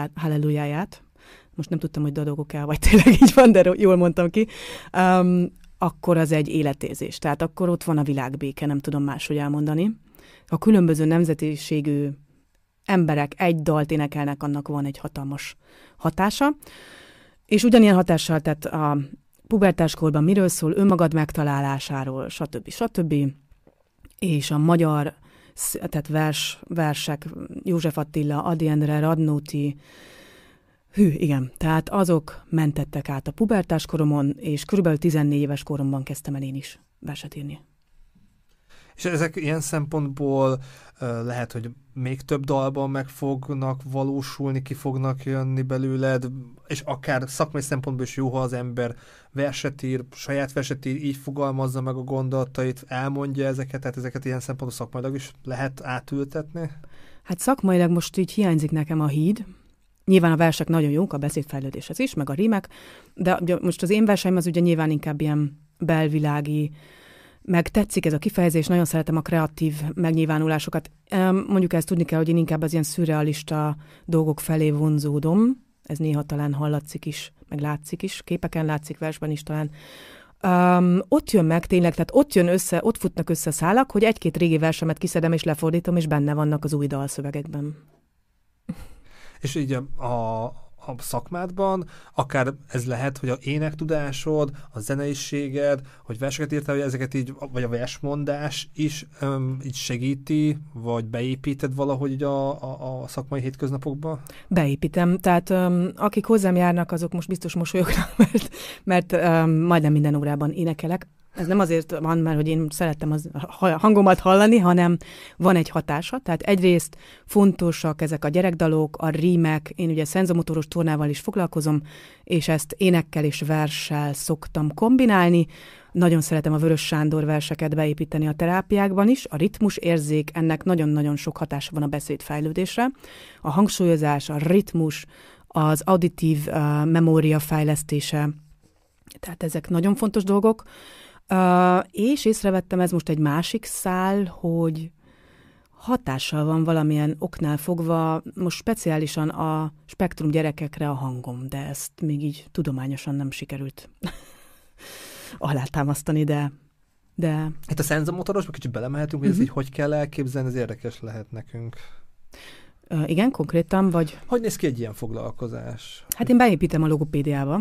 hallelujáját, most nem tudtam, hogy dadogok el, vagy tényleg így van, de jól mondtam ki, akkor az egy életérzés. Tehát akkor ott van a világbéke, nem tudom máshogy elmondani. A különböző nemzetiségű emberek egy dalt énekelnek, annak van egy hatalmas hatása. És ugyanilyen hatással, tehát a pubertáskorban miről szól, önmagad megtalálásáról, stb. És a magyar, tehát versek, József Attila, Ady Endre, Radnóti, igen, tehát azok mentettek át a pubertáskoromon, és körülbelül 14 éves koromban kezdtem el én is verset írni. És ezek ilyen szempontból lehet, hogy még több dalban meg fognak valósulni, ki fognak jönni belőled, és akár szakmai szempontból is jó, ha az ember verset ír, saját verset ír, így fogalmazza meg a gondolatait, elmondja ezeket, tehát ezeket ilyen szempontból szakmailag is lehet átültetni? Hát szakmailag most így hiányzik nekem a híd. Nyilván a versek nagyon jók, a beszédfejlődéshez is, meg a rímek, de most az én verseim az ugye nyilván inkább ilyen belvilági, meg tetszik ez a kifejezés, nagyon szeretem a kreatív megnyilvánulásokat. Mondjuk ezt tudni kell, hogy én inkább az ilyen szürrealista dolgok felé vonzódom, ez néha talán hallatszik is, meg látszik is, képeken látszik, versben is talán. Ott jön meg tényleg, tehát ott jön össze, ott futnak össze szálak, hogy egy-két régi versemet kiszedem és lefordítom, és benne vannak az új dalszövegekben. És így a szakmádban, akár ez lehet, hogy a énektudásod, a zeneiséged, hogy verseket írtál, hogy ezeket így, vagy a versmondás is így segíti, vagy beépíted valahogy így a szakmai hétköznapokba? Beépítem, tehát akik hozzám járnak, azok most biztos mosolyognak, mert majdnem minden órában énekelek. Ez nem azért van, mert hogy én szerettem a hangomat hallani, hanem van egy hatása. Tehát egyrészt fontosak ezek a gyerekdalok, a rímek, én ugye szenzomotoros tornával is foglalkozom, és ezt énekkel és verssel szoktam kombinálni. Nagyon szeretem a Vörös Sándor verseket beépíteni a terápiákban is. A ritmus érzék, ennek nagyon-nagyon sok hatása van a beszédfejlődésre. A hangsúlyozás, a ritmus, az auditív memória fejlesztése, tehát ezek nagyon fontos dolgok. És észrevettem, ez most egy másik szál, hogy hatással van valamilyen oknál fogva, most speciálisan a spektrum gyerekekre a hangom, de ezt még így tudományosan nem sikerült alátámasztani, de... Itt a szenzomotorosba kicsit belemehetünk, hogy ez így hogy kell elképzelni, ez érdekes lehet nekünk. Igen, konkrétan, vagy... Hogy néz ki egy ilyen foglalkozás? Hát én beépítem a logopédiába.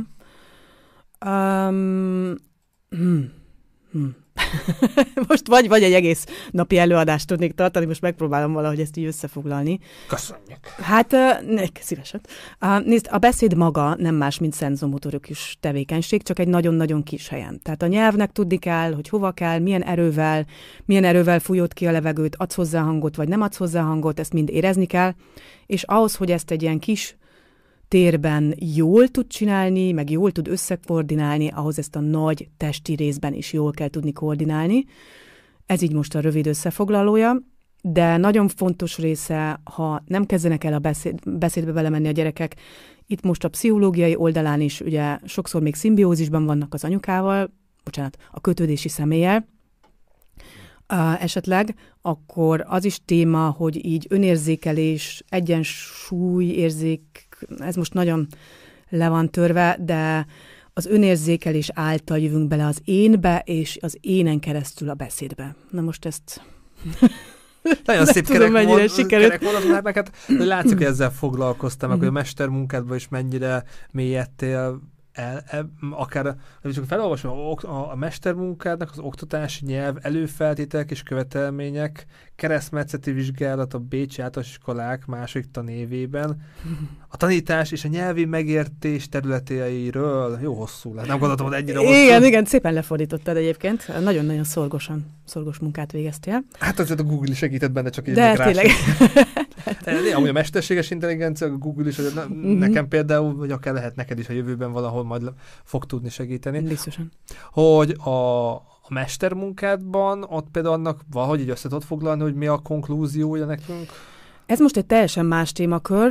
Most vagy egy egész napi előadást tudnék tartani, most megpróbálom valahogy ezt így összefoglalni. Köszönjük. Hát, szívesen. Nézd, a beszéd maga nem más, mint szenzomotorikus tevékenység, csak egy nagyon-nagyon kis helyen. Tehát a nyelvnek tudni kell, hogy hova kell, milyen erővel fújod ki a levegőt, adsz hozzá hangot, vagy nem adsz hozzá hangot, ezt mind érezni kell, és ahhoz, hogy ezt egy ilyen kis térben jól tud csinálni, meg jól tud összekoordinálni, ahhoz ezt a nagy testi részben is jól kell tudni koordinálni. Ez így most a rövid összefoglalója, de nagyon fontos része, ha nem kezdenek el a beszédbe belemenni a gyerekek, itt most a pszichológiai oldalán is ugye sokszor még szimbiózisban vannak az anyukával, a kötődési személlyel, esetleg, akkor az is téma, hogy így önérzékelés, egyensúlyérzék, ez most nagyon le van törve, de az önérzékelés által jövünk bele az énbe, és az énen keresztül a beszédbe. Na most ezt... Nagyon szép kerek volt, mert látszik, hogy ezzel foglalkoztam, meg hogy a mestermunkádban is mennyire mélyedtél akár, csak felolvasom a mestermunkádnak az oktatási nyelv előfeltételek és követelmények, keresztmetszeti vizsgálat a Bécsi Általános Iskolák második tanévében, a tanítás és a nyelvi megértés területeiről. Jó hosszú lett, nem gondoltam, hogy ennyire hosszú. Igen, szépen lefordítottad egyébként. Nagyon-nagyon szorgos munkát végeztél. Hát azért a Google segített benne, csak így de tényleg. Amúgy a mesterséges intelligencia, a Google is, nekem például, vagy akár lehet neked is a jövőben valahol majd fog tudni segíteni. Biztosan. Hogy a mestermunkádban ott például annak valahogy így össze tudod foglalni, hogy mi a konklúziója nekünk? Ez most egy teljesen más témakör.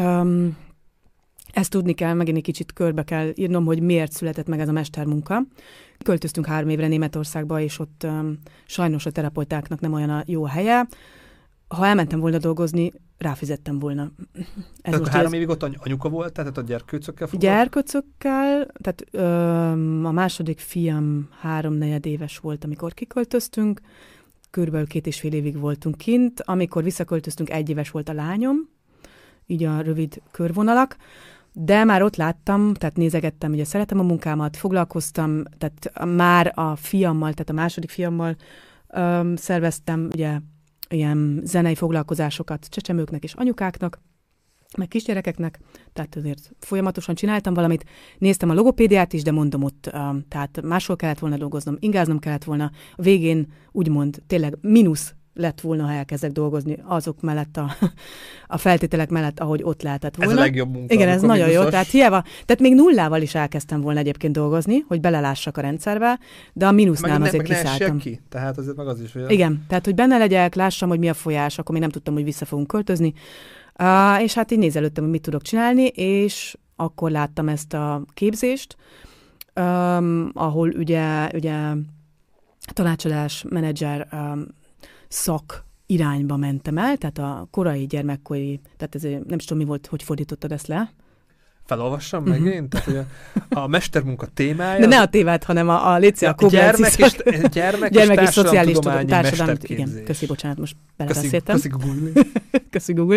Ezt tudni kell, megint egy kicsit körbe kell írnom, hogy miért született meg ez a mestermunka. Költöztünk 3 évre Németországba, és ott sajnos a terapeutáknak nem olyan a jó helye. Ha elmentem volna dolgozni, ráfizettem volna. Tehát most 3 évig ott anyuka volt, tehát a gyerkőcökkel foglalkozott? Gyerkőcökkel, tehát a második fiam 3-4 éves volt, amikor kiköltöztünk, körülbelül 2,5 évig voltunk kint, amikor visszaköltöztünk, 1 éves volt a lányom, így a rövid körvonalak, de már ott láttam, tehát nézegettem, ugye szeretem a munkámat, foglalkoztam, tehát már a fiammal, tehát a második fiammal szerveztem ugye ilyen zenei foglalkozásokat csecsemőknek és anyukáknak, meg kisgyerekeknek, tehát azért folyamatosan csináltam valamit. Néztem a logopédiát is, de mondom ott, tehát máshol kellett volna dolgoznom, ingáznom kellett volna. A végén úgymond tényleg mínusz lett volna, ha elkezdek dolgozni azok mellett, a feltételek mellett, ahogy ott lehetett volna. Ez a legjobb munka. Igen, ez nagyon jó. Tehát hiába, tehát még nullával is elkezdtem volna egyébként dolgozni, hogy belelássak a rendszerbe, de a mínusznál azért kiszálltam. Ki. Tehát azért meg az is olyan. Igen, tehát hogy benne legyek, lássam, hogy mi a folyás, akkor még nem tudtam, hogy vissza fogunk költözni. És hát így nézelődtem, hogy mit tudok csinálni, és akkor láttam ezt a képzést, ahol ugye tanácsadás, menedzser szak irányba mentem el, tehát a korai gyermekkori, tehát ez nem is tudom, mi volt, hogy fordítottad ezt le. Felolvassam megint? Tehát, hogy a mestermunka témája... De ne a tévát, hanem a Lécia Koblenci gyermek és szociális társadalmi igen, köszi, bocsánat, most belebeszéltem. Köszi Google. Köszi Google.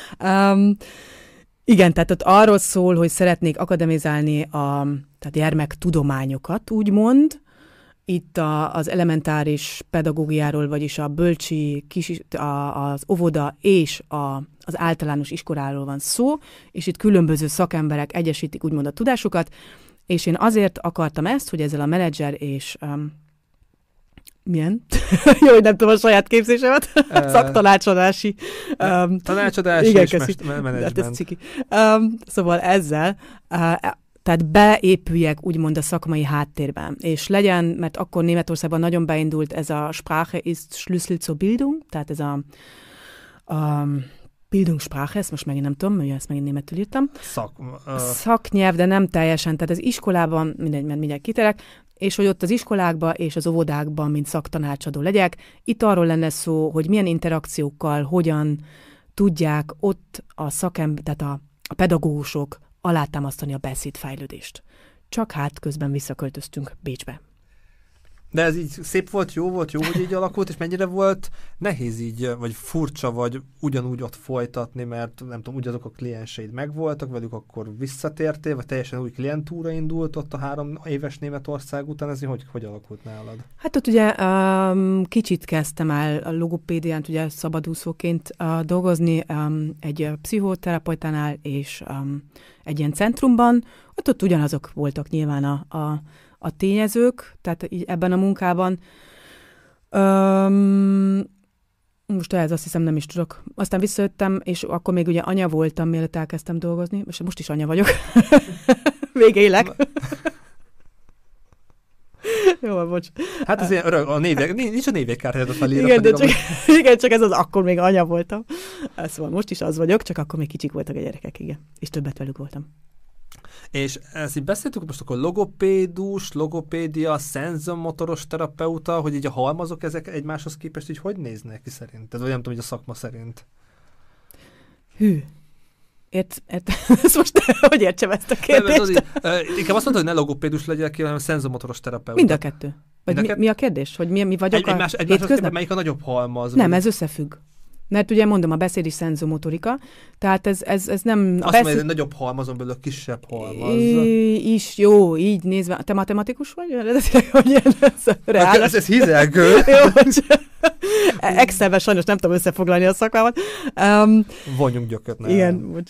Igen, tehát ott arról szól, hogy szeretnék akademizálni a gyermektudományokat, úgymond. Itt az elementáris pedagógiáról, vagyis a bölcsi, az óvoda és az általános iskoláról van szó, és itt különböző szakemberek egyesítik úgymond a tudásukat, és én azért akartam ezt, hogy ezzel a menedzser és milyen? Jó, hogy nem tudom a saját képzésemet. Szaktanácsadási. Tanácsadási igen, és menedzsment. Ez ciki. Szóval ezzel tehát beépüljek úgymond a szakmai háttérben. És legyen, mert akkor Németországban nagyon beindult ez a Sprache ist Schlüssel zur Bildung, tehát ez a Bildungssprache, ezt most megint nem tudom, mert ezt megint németül írtam. Szaknyelv, de nem teljesen, tehát az iskolában, mindegy, mert mindjárt kitérek, és hogy ott az iskolákban és az óvodákban, mint szaktanácsadó legyek. Itt arról lenne szó, hogy milyen interakciókkal, hogyan tudják ott a tehát a pedagógusok alátámasztani a beszédfejlődést. Csak hát közben visszaköltöztünk Bécsbe. De ez így szép volt, jó, hogy így alakult, és mennyire volt nehéz így, vagy furcsa, vagy ugyanúgy ott folytatni, mert nem tudom, ugyanazok a klienseid megvoltak, velük akkor visszatértél, vagy teljesen új klientúra indult ott a 3 éves Németország után, ez hogy alakult nálad? Hát ott ugye kicsit kezdtem el a logopédián, ugye szabadúszóként dolgozni egy pszichoterapeutánál, és egy ilyen centrumban, ott ugyanazok voltak nyilván a tényezők, tehát így ebben a munkában. Most ehhez azt hiszem nem is tudok. Aztán visszajöttem, és akkor még ugye anya voltam, mielőtt elkezdtem dolgozni, és most is anya vagyok. Még élek. Jó, bocs. Hát ez ilyen örök, nincs a névjegykártyád a felírva. Igen, csak ez az akkor még anya voltam. Szóval most is az vagyok, csak akkor még kicsik voltak a gyerekek, igen. És többet velük voltam. És ezt így beszéltük, most akkor logopédus, logopédia, szenzormotoros terapeuta, hogy így a halmazok ezek egymáshoz képest így hogy néznek ki szerinted? Vagy nem tudom, hogy a szakma szerint. Hű. Ezt most hogy értsem ezt a kérdést? Inkább azt mondta, hogy ne logopédus legyél ki, hanem szenzormotoros terapeuta. Mind a kettő. Vagy mi a kérdés? Hogy mi vagyok hétköznap? Melyik a nagyobb halmaz? Nem, ez összefügg. Mert ugye mondom, a beszéd is szenzomotorika, tehát ez nem... Azt mondja, hogy nagyobb halmazon belül a kisebb halmaz. Is jó, így nézve. Te matematikus vagy? Ez hizelgő. Excelben sajnos nem tudom összefoglalni a szakmámat. Vonjunk gyököt. Igen, bocs.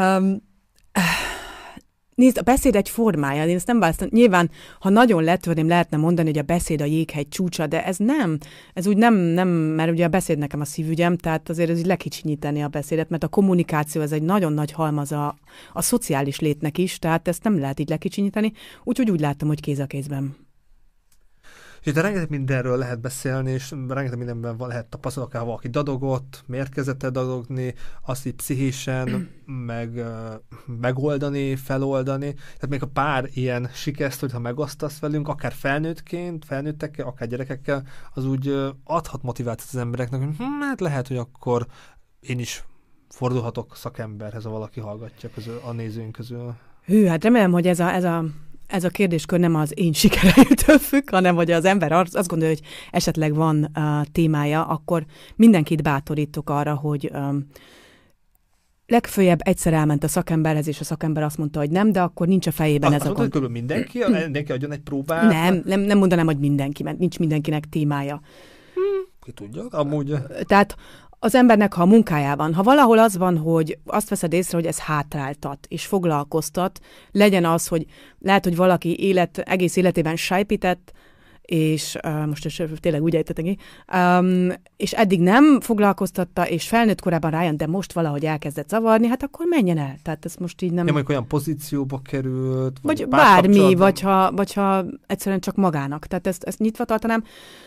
Nézd, a beszéd egy formája, én ezt nem választom. Nyilván, ha nagyon letörném, lehetne mondani, hogy a beszéd a jéghegy csúcsa, de ez nem. Ez úgy nem, mert ugye a beszéd nekem a szívügyem, tehát azért ez így lekicsinyíteni a beszédet, mert a kommunikáció ez egy nagyon nagy halmaz a szociális létnek is, tehát ezt nem lehet így lekicsinyíteni, úgyhogy úgy látom, hogy kéz a kézben. És de rengeteg mindenről lehet beszélni, és rengeteg mindenben lehet tapasztalni, akár valaki dadogott, miért kezdett dadogni, azt így pszichésen megoldani, feloldani. Tehát még a pár ilyen sikeszt, hogyha megosztasz velünk, akár felnőttekkel, akár gyerekekkel, az úgy adhat motivációt az embereknek, hogy hát lehet, hogy akkor én is fordulhatok szakemberhez, ha valaki hallgatja a nézőink közül? Hű, hát remélem, hogy ez a kérdéskör nem az én sikereimtől függ, hanem hogy az ember azt gondolja, hogy esetleg van témája, akkor mindenkit bátorítok arra, hogy legfőjebb egyszer elment a szakemberhez, és a szakember azt mondta, hogy nem, de akkor nincs a fejében ez a gond. Azt mindenki adjon egy próbát? Nem mondanám, hogy mindenki, mert nincs mindenkinek témája. Ki tudja, amúgy. Tehát az embernek, ha a munkájában, ha valahol az van, hogy azt veszed észre, hogy ez hátráltat és foglalkoztat, legyen az, hogy lehet, hogy valaki egész életében sájpített, és most tényleg úgy ejtettem ki, és eddig nem foglalkoztatta, és felnőtt korában rájön, de most valahogy elkezdett zavarni, hát akkor menjen el. Tehát ez most így nem... Nem, olyan pozícióba került, vagy bármi, vagy ha egyszerűen csak magának. Tehát ezt nyitva tartanám.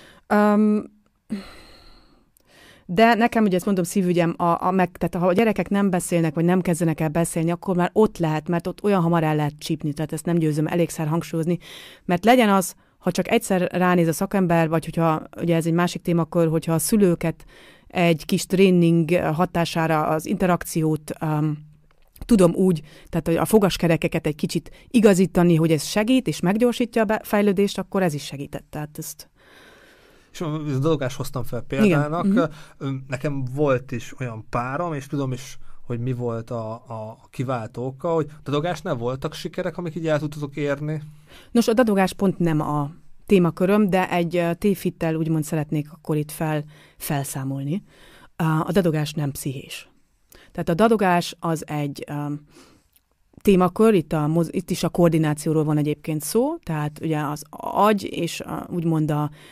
De nekem, ugye ezt mondom, szívügyem, tehát ha a gyerekek nem beszélnek, vagy nem kezdenek el beszélni, akkor már ott lehet, mert ott olyan hamar el lehet csípni, tehát ezt nem győzöm elégszer hangsúlyozni, mert legyen az, ha csak egyszer ránéz a szakember, vagy hogyha, ugye ez egy másik témakör, hogyha a szülőket egy kis tréning hatására az interakciót tudom úgy, tehát a fogaskerekeket egy kicsit igazítani, hogy ez segít, és meggyorsítja a fejlődést, akkor ez is segített. Tehát ezt... És a dadogást hoztam fel példának. Igen. Nekem volt is olyan párom, és tudom is, hogy mi volt a kiváltó oka, hogy dadogásnál voltak sikerek, amik így el tudtatok érni? Nos, a dadogás pont nem a témaköröm, de egy tévhittel úgymond szeretnék akkor itt felszámolni. A dadogás nem pszichés. Tehát a dadogás az egy témakör, itt is a koordinációról van egyébként szó, tehát ugye az agy és úgymond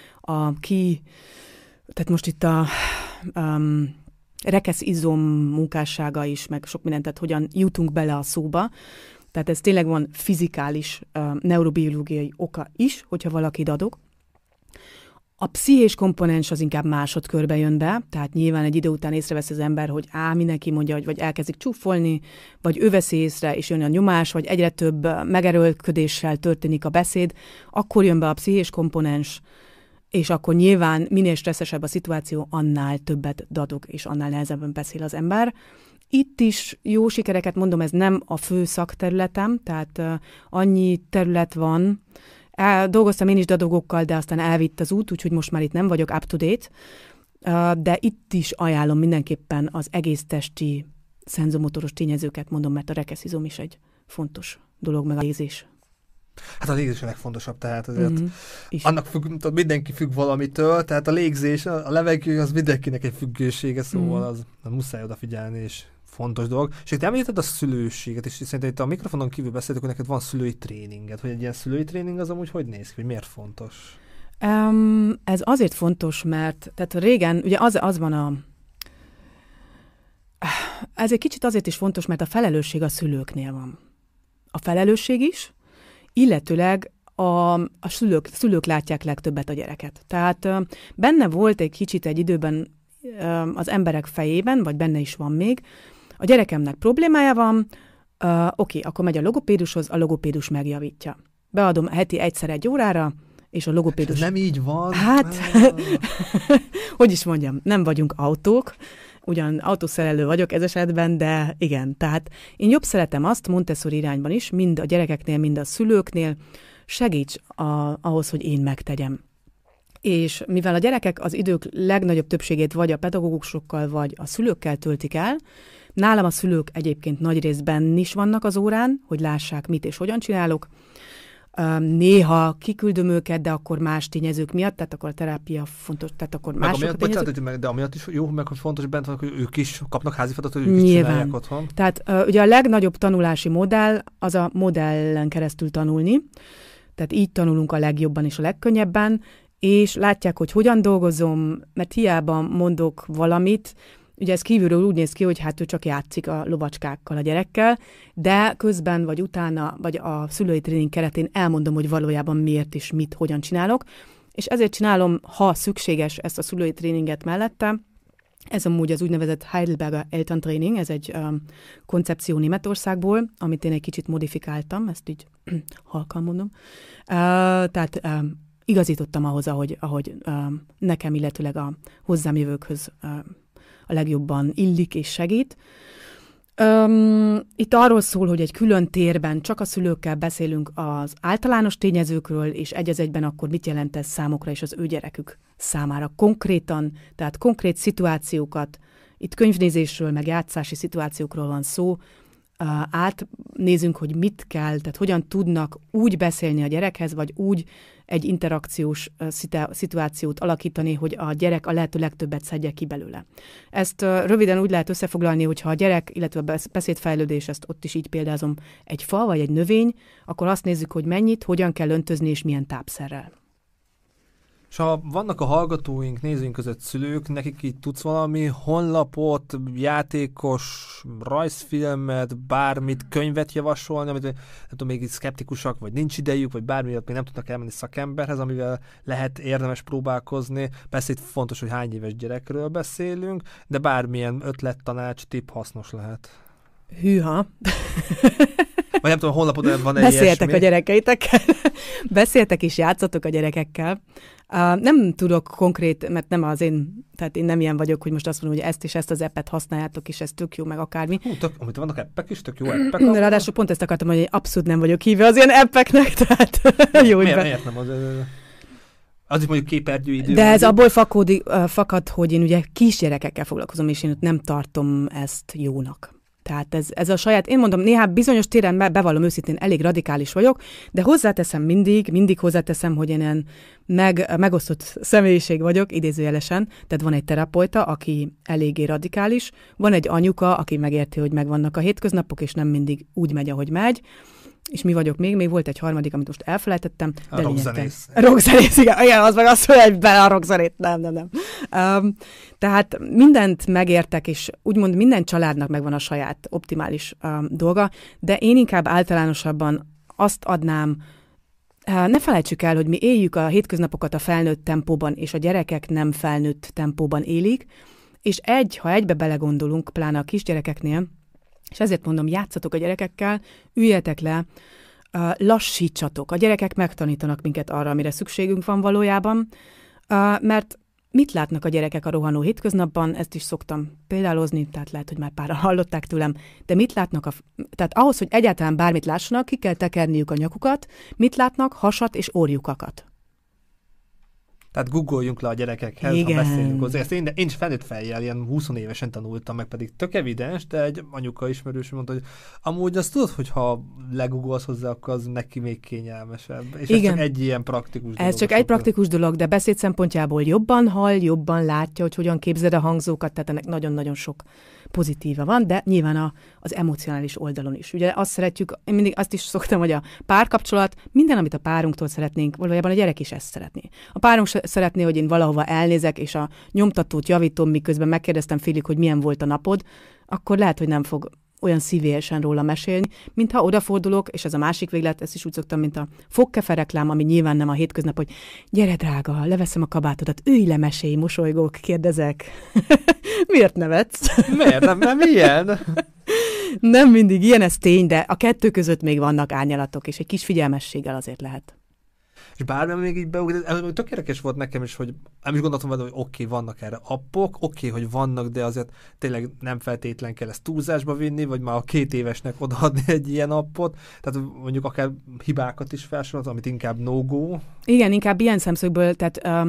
tehát most itt a rekeszizom munkássága is, meg sok mindent, tehát hogyan jutunk bele a szóba. Tehát ez tényleg van fizikális, neurobiológiai oka is, hogyha valaki dadog. A pszichés komponens az inkább másodkörbe jön be, tehát nyilván egy idő után észrevesz az ember, hogy mindenki mondja, vagy elkezdik csúfolni, vagy ő veszi észre, és jön a nyomás, vagy egyre több megerőlködéssel történik a beszéd, akkor jön be a pszichés komponens, és akkor nyilván minél stresszesebb a szituáció, annál többet dadog, és annál nehezebben beszél az ember. Itt is jó sikereket mondom, ez nem a fő szakterületem, tehát annyi terület van. Dolgoztam én is dadogokkal, de aztán elvitt az út, úgyhogy most már itt nem vagyok up to date, de itt is ajánlom mindenképpen az egész testi szenzomotoros tényezőket, mondom, mert a rekeszizom is egy fontos dolog, meg a légzés. Hát a légzés a legfontosabb, tehát azért annak mindenki függ valamitől, tehát a légzés, a levegő az mindenkinek egy függősége, szóval az muszáj odafigyelni, és fontos dolog. És te említetted a szülőséget, és szerintem itt a mikrofonon kívül beszéltük, hogy neked van szülői tréninged, hogy egy ilyen szülői tréning az amúgy hogy néz ki, hogy miért fontos? Ez azért fontos, mert tehát régen, ugye az van ez egy kicsit azért is fontos, mert a felelősség a szülőknél van. A felelősség is, illetőleg a szülők látják legtöbbet a gyereket. Tehát benne volt egy kicsit egy időben az emberek fejében, vagy benne is van még, a gyerekemnek problémája van, oké, akkor megy a logopédushoz, a logopédus megjavítja. Beadom heti egyszer 1 órára, és a logopédus... Ez nem így van. Hát, hogy is mondjam, nem vagyunk autók, ugyan autószerelő vagyok ez esetben, de igen, tehát én jobb szeretem azt Montessori irányban is, mind a gyerekeknél, mind a szülőknél, segíts ahhoz, hogy én megtegyem. És mivel a gyerekek az idők legnagyobb többségét vagy a pedagógusokkal, vagy a szülőkkel töltik el, nálam a szülők egyébként nagy részben is vannak az órán, hogy lássák, mit és hogyan csinálok. Néha kiküldöm őket, de akkor más tényezők miatt, tehát akkor a terápia fontos, tehát akkor mások tényezők. De amiatt is jó, meg hogy fontos bent van, hogy ők is kapnak házi feladatot, hogy ők is csinálják otthon. Tehát ugye a legnagyobb tanulási modell az a modellen keresztül tanulni, tehát így tanulunk a legjobban és a legkönnyebben, és látják, hogy hogyan dolgozom, mert hiába mondok valamit, ugye ez kívülről úgy néz ki, hogy hát ő csak játszik a lovacskákkal, a gyerekkel, de közben vagy utána, vagy a szülői tréning keretén elmondom, hogy valójában miért is, mit, hogyan csinálok, és ezért csinálom, ha szükséges, ezt a szülői tréninget mellette. Ez amúgy az úgynevezett Heidelberger Elterntraining, ez egy koncepció Németországból, amit én egy kicsit modifikáltam, ezt így halkan mondom. Tehát igazítottam ahhoz, ahogy nekem, illetőleg a hozzám jövőkhöz a legjobban illik és segít. Itt arról szól, hogy egy külön térben csak a szülőkkel beszélünk az általános tényezőkről, és egy az egyben akkor mit jelent ez számukra és az ő gyerekük számára konkrétan, tehát konkrét szituációkat, itt könyvnézésről, meg játszási szituációkról van szó, átnézünk, hogy mit kell, tehát hogyan tudnak úgy beszélni a gyerekhez, vagy úgy egy interakciós szituációt alakítani, hogy a gyerek a lehető legtöbbet szedje ki belőle. Ezt röviden úgy lehet összefoglalni, hogyha a gyerek, illetve a beszédfejlődés, ezt ott is így példázom, egy fa vagy egy növény, akkor azt nézzük, hogy mennyit, hogyan kell öntözni és milyen tápszerrel. És ha vannak a hallgatóink, nézőink között szülők, nekik így tudsz valami honlapot, játékos rajzfilmet, bármit, könyvet javasolni, amit nem tudom, még így szkeptikusak, vagy nincs idejük, vagy bármi, még nem tudnak elmenni szakemberhez, amivel lehet érdemes próbálkozni. Persze itt fontos, hogy hány éves gyerekről beszélünk, de bármilyen ötlet, tanács, tipp hasznos lehet. Hűha! Vagy nem tudom, honlapodon van-e Beszéltek ilyesmi? a gyerekeitekkel, beszéltek és játszatok a gyerekekkel. Nem tudok konkrét, mert nem az én, tehát én nem ilyen vagyok, hogy most azt mondom, hogy ezt és ezt az appet használjátok, és ez tök jó, meg akármi. Amit vannak appek is, tök jó appek. Ráadásul pont ezt akartam, hogy én abszolút nem vagyok híve az ilyen appeknek, tehát jó. Miért nem? Az is mondjuk képernyőidő. De ez abból fakad, hogy én ugye kisgyerekekkel foglalkozom, és én ott nem tartom ezt jónak. Tehát ez a saját, én mondom, néha bizonyos téren bevallom őszintén, elég radikális vagyok, de hozzáteszem mindig hozzáteszem, hogy én ilyen megosztott személyiség vagyok, idézőjelesen, tehát van egy terapeuta, aki eléggé radikális, van egy anyuka, aki megérti, hogy megvannak a hétköznapok, és nem mindig úgy megy, ahogy megy, és mi vagyok még volt egy harmadik, amit most elfelejtettem. A rockzenész. Rockzenész, igen, az meg azt mondja, hogy bele a rockzenét. Nem. Tehát mindent megértek, és úgymond minden családnak megvan a saját optimális dolga, de én inkább általánosabban azt adnám, ne felejtsük el, hogy mi éljük a hétköznapokat a felnőtt tempóban, és a gyerekek nem felnőtt tempóban élik, és ha egybe belegondolunk, pláne a kisgyerekeknél, és ezért mondom, játszatok a gyerekekkel, üljetek le, lassítsatok. A gyerekek megtanítanak minket arra, amire szükségünk van valójában, mert mit látnak a gyerekek a rohanó hétköznapban, ezt is szoktam példálozni, tehát lehet, hogy már páran hallották tőlem, de mit látnak, tehát ahhoz, hogy egyáltalán bármit lássanak, ki kell tekerniük a nyakukat, mit látnak, hasat és orjukakat. Tehát googoljunk le a gyerekekhez, igen, ha beszélünk hozzá. Ezt én is felnőtt fejjel, ilyen 20 évesen tanultam meg, pedig tök evidens, de egy anyuka ismerős mondta, hogy amúgy azt tudod, hogy ha legugolsz hozzá, akkor az neki még kényelmesebb. És igen, ez csak egy ilyen praktikus dolog. Ez csak egy praktikus dolog, de beszéd szempontjából jobban hall, jobban látja, hogy hogyan képzeld a hangzókat, tehát ennek nagyon-nagyon sok pozitíva van, de nyilván az emocionális oldalon is. Ugye azt szeretjük, én mindig azt is szoktam, hogy a párkapcsolat, minden, amit a párunktól szeretnénk, valójában a gyerek is ezt szeretné. A párunk szeretné, hogy én valahova elnézek, és a nyomtatót javítom, miközben megkérdeztem félig, hogy milyen volt a napod, akkor lehet, hogy nem fog olyan szívélyesen róla mesélni, mintha odafordulok, és ez a másik véglet, ezt is úgy szoktam, mint a fogkefe reklám, ami nyilván nem a hétköznap, hogy gyere drága, leveszem a kabátodat, ülj le, mesélj, mosolygok, kérdezek. Miért nevetsz? Miért? Nem ilyen? Nem mindig ilyen, ez tény, de a kettő között még vannak árnyalatok, és egy kis figyelmességgel azért lehet. És bármi még így beugrik, tök érdekes volt nekem is, hogy nem is gondoltam vele, hogy oké, vannak erre appok, oké, hogy vannak, de azért tényleg nem feltétlen kell ezt túlzásba vinni, vagy már a 2 évesnek odaadni egy ilyen appot, tehát mondjuk akár hibákat is felsorolt, amit inkább no-go. Igen, inkább ilyen szemszögből, tehát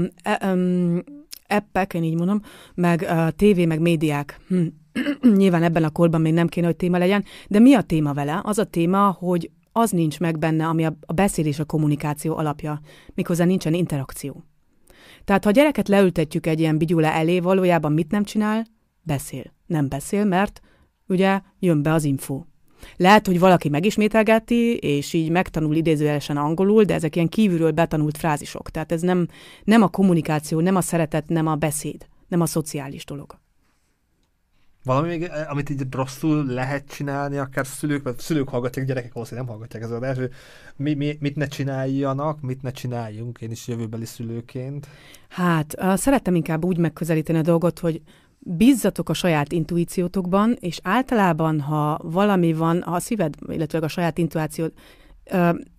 appek, én így mondom, meg tévé, meg médiák. Nyilván ebben a korban még nem kéne, hogy téma legyen, de mi a téma vele? Az a téma, hogy az nincs meg benne, ami a beszéd és a kommunikáció alapja, méghozzá nincsen interakció. Tehát, ha a gyereket leültetjük egy ilyen bigyule elé, valójában mit nem csinál? Beszél. Nem beszél, mert ugye jön be az info. Lehet, hogy valaki megismételgeti, és így megtanul idézőjelesen angolul, de ezek ilyen kívülről betanult frázisok. Tehát ez nem a kommunikáció, nem a szeretet, nem a beszéd, nem a szociális dolog. Valami még, amit így rosszul lehet csinálni, akár szülők, vagy szülők hallgatják, gyerekek valószínűleg nem hallgatják az adást, mit ne csináljanak, mit ne csináljunk, én is jövőbeli szülőként. Hát, szerettem inkább úgy megközelíteni a dolgot, hogy bízzatok a saját intuíciótokban, és általában, ha valami van, ha a szíved, illetve a saját intuíciód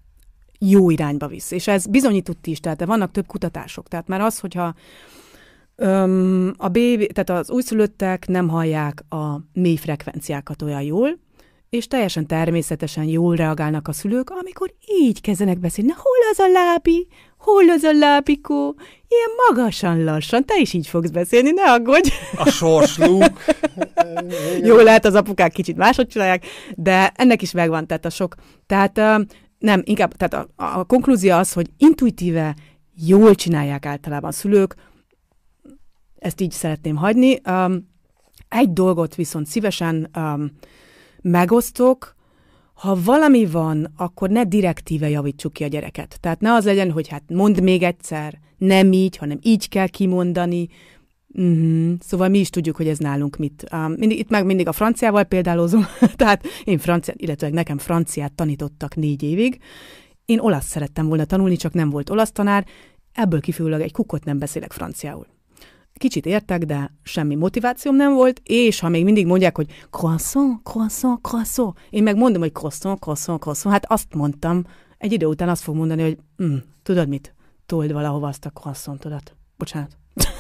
jó irányba visz. És ez bizonyított is, tehát vannak több kutatások. Tehát már az, hogyha A baby, tehát az újszülöttek nem hallják a mély frekvenciákat olyan jól, és teljesen természetesen jól reagálnak a szülők, amikor így kezdenek beszélni. Na, hol az a lábi? Hol az a lábikó? Ilyen magasan, lassan. Te is így fogsz beszélni, ne aggódj. A sorsluk. Jó, lehet az apukák kicsit máshogy csinálják, de ennek is megvan, tehát a sok. Tehát nem, inkább, tehát a konklúzió az, hogy intuitíve jól csinálják általában a szülők. Ezt így szeretném hagyni. Egy dolgot viszont szívesen megosztok, ha valami van, akkor ne direktíve javítsuk ki a gyereket. Tehát ne az legyen, hogy hát mondd még egyszer, nem így, hanem így kell kimondani. Szóval mi is tudjuk, hogy ez nálunk mit. Itt meg mindig a franciával példálozom, tehát én illetve nekem franciát tanítottak 4 évig. Én olasz szerettem volna tanulni, csak nem volt olasz tanár, ebből kifolyólag egy kukkot nem beszélek franciául. Kicsit értek, de semmi motivációm nem volt, és ha még mindig mondják, hogy croissant, croissant, croissant, én meg mondom, hogy croissant, croissant, croissant, hát azt mondtam, egy idő után azt fog mondani, hogy tudod mit? Told valahova azt a croissantodat. Bocsánat.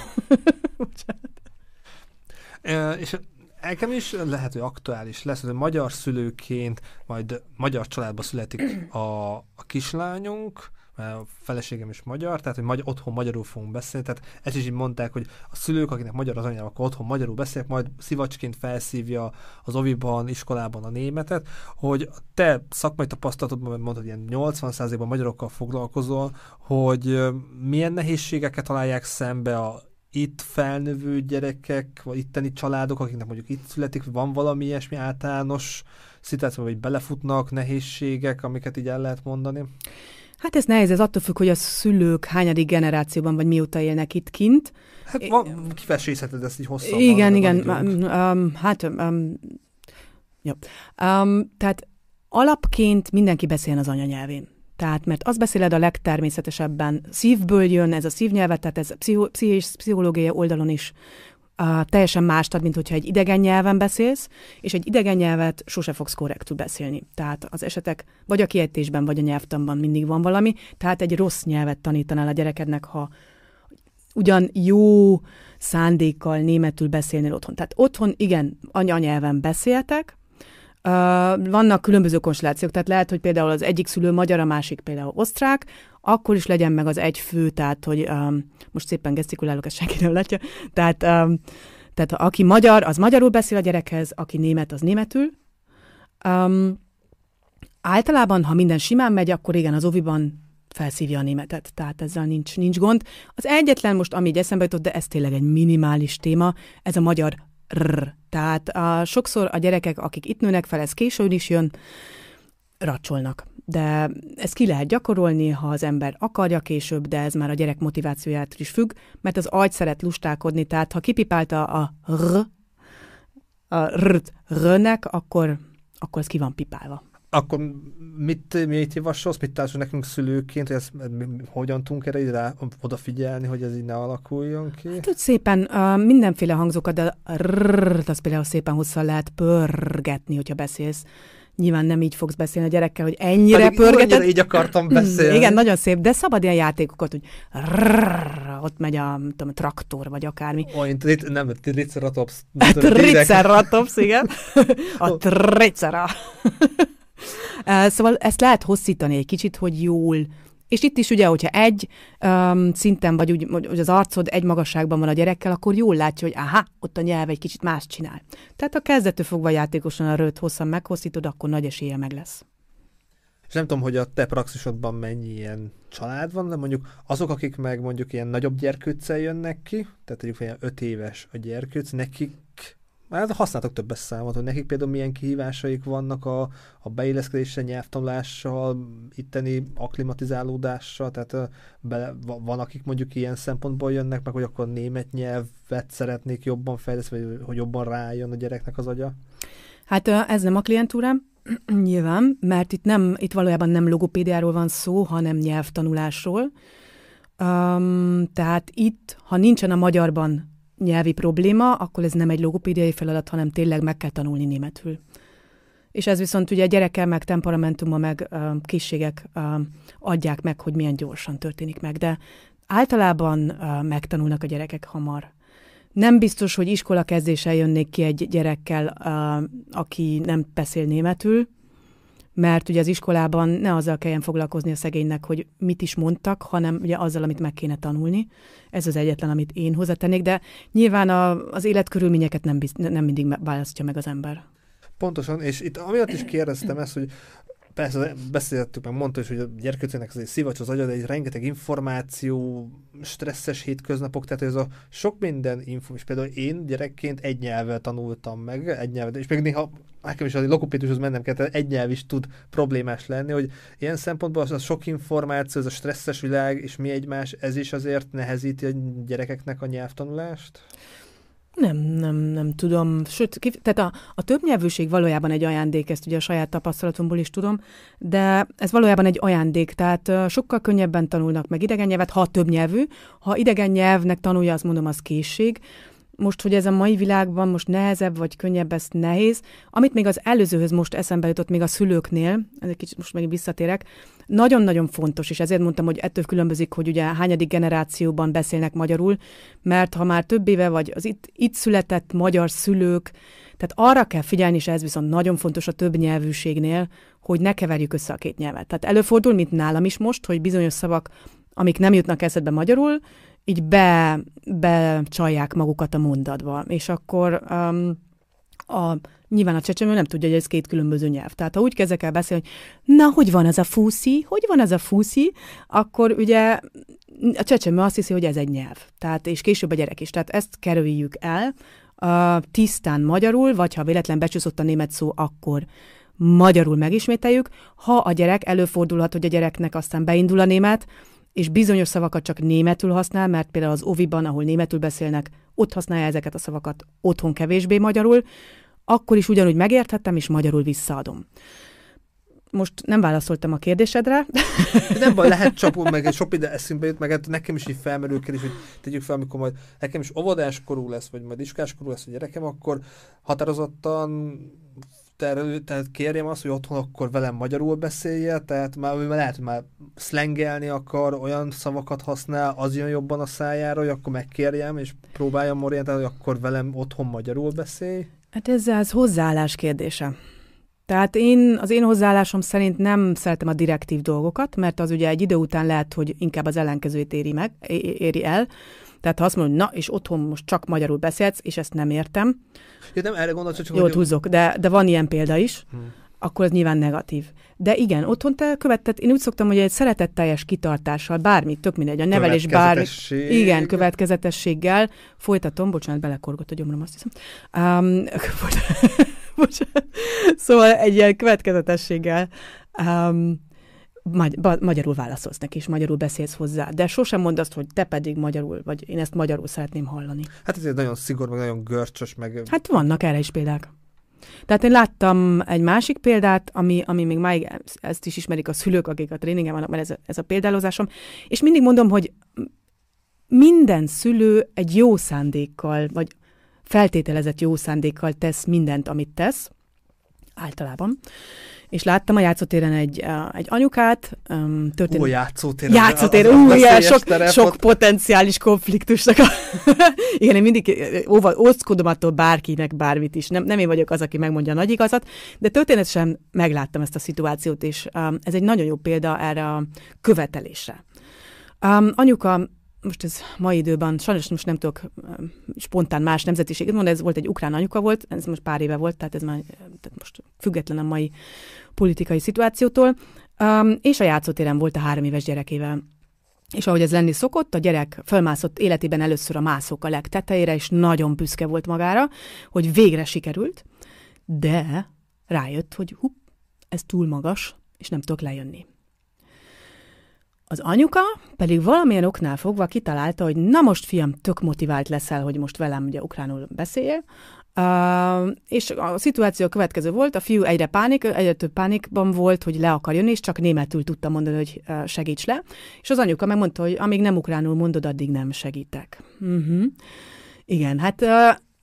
És nekem is lehet, hogy aktuális lesz, hogy magyar szülőként, majd magyar családba születik a kislányunk, a feleségem is magyar, tehát hogy otthon magyarul fogunk beszélni, tehát ezt is így mondták, hogy a szülők, akinek magyar az anyja, akkor otthon magyarul beszélnek, majd szivacsként felszívja az oviban, iskolában a németet, hogy te szakmai tapasztalatodban, mondtad, ilyen 80%-ban magyarokkal foglalkozol, hogy milyen nehézségeket találják szembe a itt felnövő gyerekek, vagy itteni családok, akiknek mondjuk itt születik, van valami ilyesmi általános szituáció, vagy belefutnak nehézségek, amiket így el lehet mondani? Hát ez nehéz, ez attól függ, hogy a szülők hányadik generációban, vagy mióta élnek itt kint. Hát kivesészheted ezt így hosszabban. Igen. Jó. Tehát alapként mindenki beszél az anyanyelvén. Tehát, mert azt beszéled a legtermészetesebben, szívből jön ez a szívnyelvet, tehát ez pszichológiai oldalon is teljesen mást ad, mint hogyha egy idegen nyelven beszélsz, és egy idegen nyelvet sose fogsz korrektül beszélni. Tehát az esetek vagy a kiejtésben, vagy a nyelvtanban mindig van valami, tehát egy rossz nyelvet tanítanál a gyerekednek, ha ugyan jó szándékkal németül beszélnél otthon. Tehát otthon, igen, anyanyelven beszéltek, vannak különböző konstellációk, tehát lehet, hogy például az egyik szülő magyar, a másik például osztrák, akkor is legyen meg az egy fő, tehát, hogy most szépen gesztikulálok, ezt senki nem látja, tehát aki magyar, az magyarul beszél a gyerekhez, aki német, az németül. Általában, ha minden simán megy, akkor igen, az oviban felszívja a németet, tehát ezzel nincs gond. Az egyetlen most, ami így eszembe jutott, de ez tényleg egy minimális téma, ez a magyar r. Tehát sokszor a gyerekek, akik itt nőnek fel, ez későn is jön, racsolnak. De ezt ki lehet gyakorolni, ha az ember akarja később, de ez már a gyerek motivációjától is függ, mert az agy szeret lustálkodni, tehát ha kipipálta a r-nek, akkor ez ki van pipálva. Akkor mit javasolsz, mit társul nekünk szülőként, hogy hogyan tudunk erre rá odafigyelni, hogy ez így ne alakuljon ki? Hát, hogy szépen mindenféle hangzókat, de az például szépen hosszan lehet pörgetni, hogyha beszélsz. Nyilván nem így fogsz beszélni a gyerekkel, hogy ennyire pörgeted. Így akartam beszélni. Igen, nagyon szép, de szabad ilyen játékokat, hogy ott megy a traktor, vagy akármi. Nem, triceratops. Triceratops, igen. A tricera. Szóval ezt lehet hosszítani egy kicsit, hogy jól. És itt is ugye, hogyha egy szinten vagy úgy, hogy az arcod egy magasságban van a gyerekkel, akkor jól látja, hogy ott a nyelv egy kicsit más csinál. Tehát ha kezdettől fogva játékosan a rölt hosszan meghosszítod, akkor nagy esélye meg lesz. És nem tudom, hogy a te praxisodban mennyi ilyen család van, de mondjuk azok, akik meg mondjuk ilyen nagyobb gyerkőccel jönnek ki, tehát mondjuk ilyen 5 éves a gyerkőc, nekik hát használtok többes számot, hogy nekik például milyen kihívásaik vannak a beilleszkedéssel, nyelvtanulással, itteni akklimatizálódással, tehát van, akik mondjuk ilyen szempontból jönnek meg, hogy akkor német nyelvet szeretnék jobban fejleszteni, vagy hogy jobban rájön a gyereknek az agya? Hát ez nem a klientúrám, nyilván, mert itt valójában nem logopédiáról van szó, hanem nyelvtanulásról. Tehát itt, ha nincsen a magyarban nyelvi probléma, akkor ez nem egy logopédiai feladat, hanem tényleg meg kell tanulni németül. És ez viszont ugye a gyerekkel, meg temperamentuma, meg készségek adják meg, hogy milyen gyorsan történik meg. De Általában megtanulnak a gyerekek hamar. Nem biztos, hogy iskola kezdéssel jönnék ki egy gyerekkel, aki nem beszél németül, mert ugye az iskolában ne azzal kelljen foglalkozni a szegénynek, hogy mit is mondtak, hanem ugye azzal, amit meg kéne tanulni. Ez az egyetlen, amit én hozzátennék, de nyilván az életkörülményeket nem mindig választja meg az ember. Pontosan, és itt amiatt is kérdeztem ezt, hogy persze beszéltük, meg mondta is, hogy a gyerkőcöknek azért szivacs az agya, de egy rengeteg információ, stresszes hétköznapok, tehát ez a sok minden info, és például én gyerekként egy nyelvvel tanultam meg, egy nyelvet, és még néha nekem is a logopédushoz mennem kell, tehát egy nyelv is tud problémás lenni, hogy ilyen szempontból az a sok információ, ez a stresszes világ, és mi egymás, ez is azért nehezíti a gyerekeknek a nyelvtanulást? Nem tudom. Sőt, tehát a többnyelvűség valójában egy ajándék, ezt ugye a saját tapasztalatomból is tudom, de ez valójában egy ajándék, tehát sokkal könnyebben tanulnak meg idegen nyelvet, ha többnyelvű. Ha idegen nyelvnek tanulja, azt mondom, az készség. Most, hogy ez a mai világban most nehezebb vagy könnyebb, ez nehéz. Amit még az előzőhöz most eszembe jutott, még a szülőknél, ez egy kicsit most megint visszatérek, nagyon-nagyon fontos, és ezért mondtam, hogy ettől különbözik, hogy ugye hányadik generációban beszélnek magyarul, mert ha már több éve vagy az itt született magyar szülők, tehát arra kell figyelni, és ez viszont nagyon fontos a többnyelvűségnél, hogy ne keverjük össze a két nyelvet. Tehát előfordul, mint nálam is most, hogy bizonyos szavak, amik nem jutnak eszedbe magyarul, így becsalják magukat a mondatba. És akkor nyilván a csecsemő nem tudja, hogy ez két különböző nyelv. Tehát ha úgy kezdek el beszélni, hogy na, hogy van az a fuszi, akkor ugye a csecsemő azt hiszi, hogy ez egy nyelv. Tehát, és később a gyerek is. Tehát ezt kerüljük el tisztán magyarul, vagy ha véletlen becsúszott a német szó, akkor magyarul megismételjük. Ha a gyerek, előfordulhat, hogy a gyereknek aztán beindul a német, és bizonyos szavakat csak németül használ, mert például az oviban, ahol németül beszélnek, ott használja ezeket a szavakat, otthon kevésbé magyarul, akkor is ugyanúgy megérthettem, és magyarul visszaadom. Most nem válaszoltam a kérdésedre. Nem baj, lehet csapul, meg sok ide eszünkbe jut, meg nekem is így felmerül kérdés, hogy tegyük fel, amikor majd nekem is óvodáskorú lesz, vagy majd iskáskorú lesz a gyerekem, akkor határozottan tehát kérjem azt, hogy otthon akkor velem magyarul beszélje, tehát már lehet, hogy már szlengelni akar, olyan szavakat használ, az jön jobban a szájára, hogy akkor megkérjem, és próbáljam orientálni, hogy akkor velem otthon magyarul beszélj. Hát ez hozzáállás kérdése. Tehát az én hozzáállásom szerint nem szeretem a direktív dolgokat, mert az ugye egy idő után lehet, hogy inkább az ellenkezőt éri el. Tehát ha azt mondod, na, és otthon most csak magyarul beszélsz, és ezt nem értem. Ja, nem erre gondolsz, csak... Jól túlzok, de van ilyen példa is, akkor az nyilván negatív. De igen, otthon te követted, én úgy szoktam, hogy egy szeretetteljes kitartással, bármi, tök mindegy, a nevelés bármi. Igen, következetességgel. Folytatom, bocsánat, belekorgott a gyomrom, azt hiszem. Bocsánat. Szóval egy ilyen következetességgel magyarul válaszolsz neki, és magyarul beszélsz hozzá. De sosem mondd azt, hogy te pedig magyarul, vagy én ezt magyarul szeretném hallani. Hát ez nagyon szigorú, meg nagyon görcsös, meg... Hát vannak erre is példák. Tehát én láttam egy másik példát, ami még máig ezt is ismerik a szülők, akik a tréningen vannak, mert ez a példálozásom. És mindig mondom, hogy minden szülő egy jó szándékkal, vagy feltételezett jó szándékkal tesz mindent, amit tesz, általában. És láttam a játszótéren egy anyukát. Játszótéren. Sok potenciális konfliktusnak. Igen, én mindig óckodom attól bárkinek bármit is. Nem én vagyok az, aki megmondja a nagy igazat, de történetesen megláttam ezt a szituációt, és ez egy nagyon jó példa erre a követelésre. Anyuka, most ez mai időben, sajnos most nem tudok spontán más nemzetiséget mondani, ez volt egy ukrán anyuka volt, ez most pár éve volt, tehát ez már tehát most független a mai politikai szituációtól, és a játszótéren volt a 3 éves gyerekével. És ahogy ez lenni szokott, a gyerek fölmászott életében először a mászók a legtetejére, és nagyon büszke volt magára, hogy végre sikerült, de rájött, hogy ez túl magas, és nem tudok lejönni. Az anyuka pedig valamilyen oknál fogva kitalálta, hogy na most fiam, tök motivált leszel, hogy most velem ugye ukránul beszéljél, és a szituáció következő volt, a fiú egyre több pánikban volt, hogy le akar jönni, és csak németül tudta mondani, hogy segíts le, és az anyuka megmondta, hogy amíg nem ukránul mondod, addig nem segítek. Igen, hát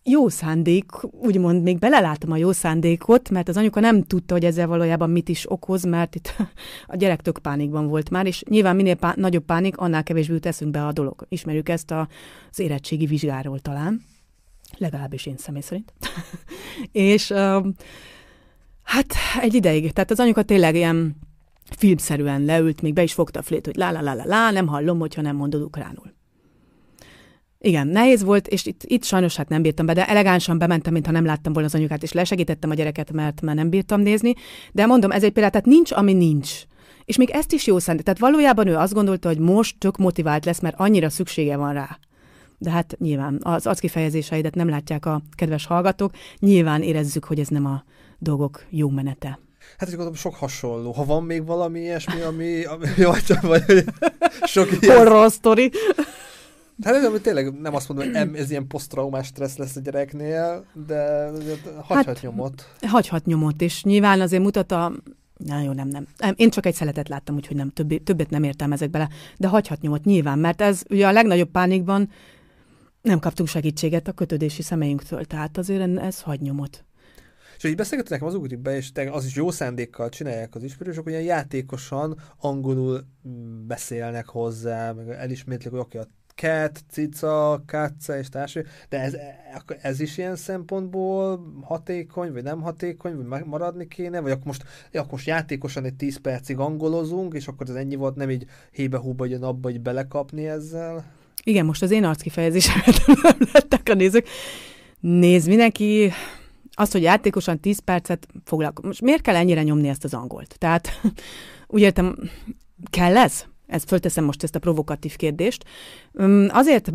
jó szándék, úgymond még belelátom a jó szándékot, mert az anyuka nem tudta, hogy ezzel valójában mit is okoz, mert itt a gyerek tök pánikban volt már, és nyilván minél nagyobb pánik, annál kevésbé jut eszünkbe a dolog. Ismerjük ezt az érettségi vizsgáról talán, legalábbis én személy szerint. És hát egy ideig, tehát az anyuka tényleg ilyen filmszerűen leült, még be is fogta a flét, hogy lá, nem hallom, hogyha nem mondod ukránul. Igen, nehéz volt, és itt sajnos hát nem bírtam be, de elegánsan bementem, mintha nem láttam volna az anyukát, és lesegítettem a gyereket, mert már nem bírtam nézni. De mondom, ez egy példa, tehát nincs, ami nincs. És még ezt is jó szándék. Tehát valójában ő azt gondolta, hogy most tök motivált lesz, mert annyira szüksége van rá. De hát nyilván az arckifejezéseidet nem látják a kedves hallgatók, nyilván érezzük, hogy ez nem a dolgok jó menete. Hát, hogy gondolom, sok hasonló. Ha van még valami ilyesmi, ami vagy sok ilyen... Horror sztori. Hát tényleg nem azt mondom, hogy ez ilyen posztraumás stressz lesz a gyereknél, de hagyhat nyomot. Hagyhat nyomot, és nyilván azért mutatta... Nem. Én csak egy szeletet láttam, úgyhogy nem, többet nem értelmezek bele, de hagyhat nyomot nyilván, mert ez ugye a legnagyobb pánikban nem kaptunk segítséget a kötődési személyünktől, tehát azért ez hagy nyomot. És így beszélgettek nekem az ugrik be, és az is jó szándékkal csinálják az ismerősök, hogy ilyen játékosan angolul beszélnek hozzá, meg elismétlik, hogy oké, a cat, cica, katca és társai, de ez is ilyen szempontból hatékony, vagy nem hatékony, vagy maradni kéne, vagy akkor most játékosan egy 10 percig angolozunk, és akkor ez ennyi volt, nem így hébe-húba jön abba, hogy belekapni ezzel? Igen, most az én arckifejezésemet nem lettek a nézők. Nézd, mindenki azt, hogy játékosan 10 percet foglalkozik. Most miért kell ennyire nyomni ezt az angolt? Tehát úgy értem, kell ez? Ezt fölteszem most ezt a provokatív kérdést. Azért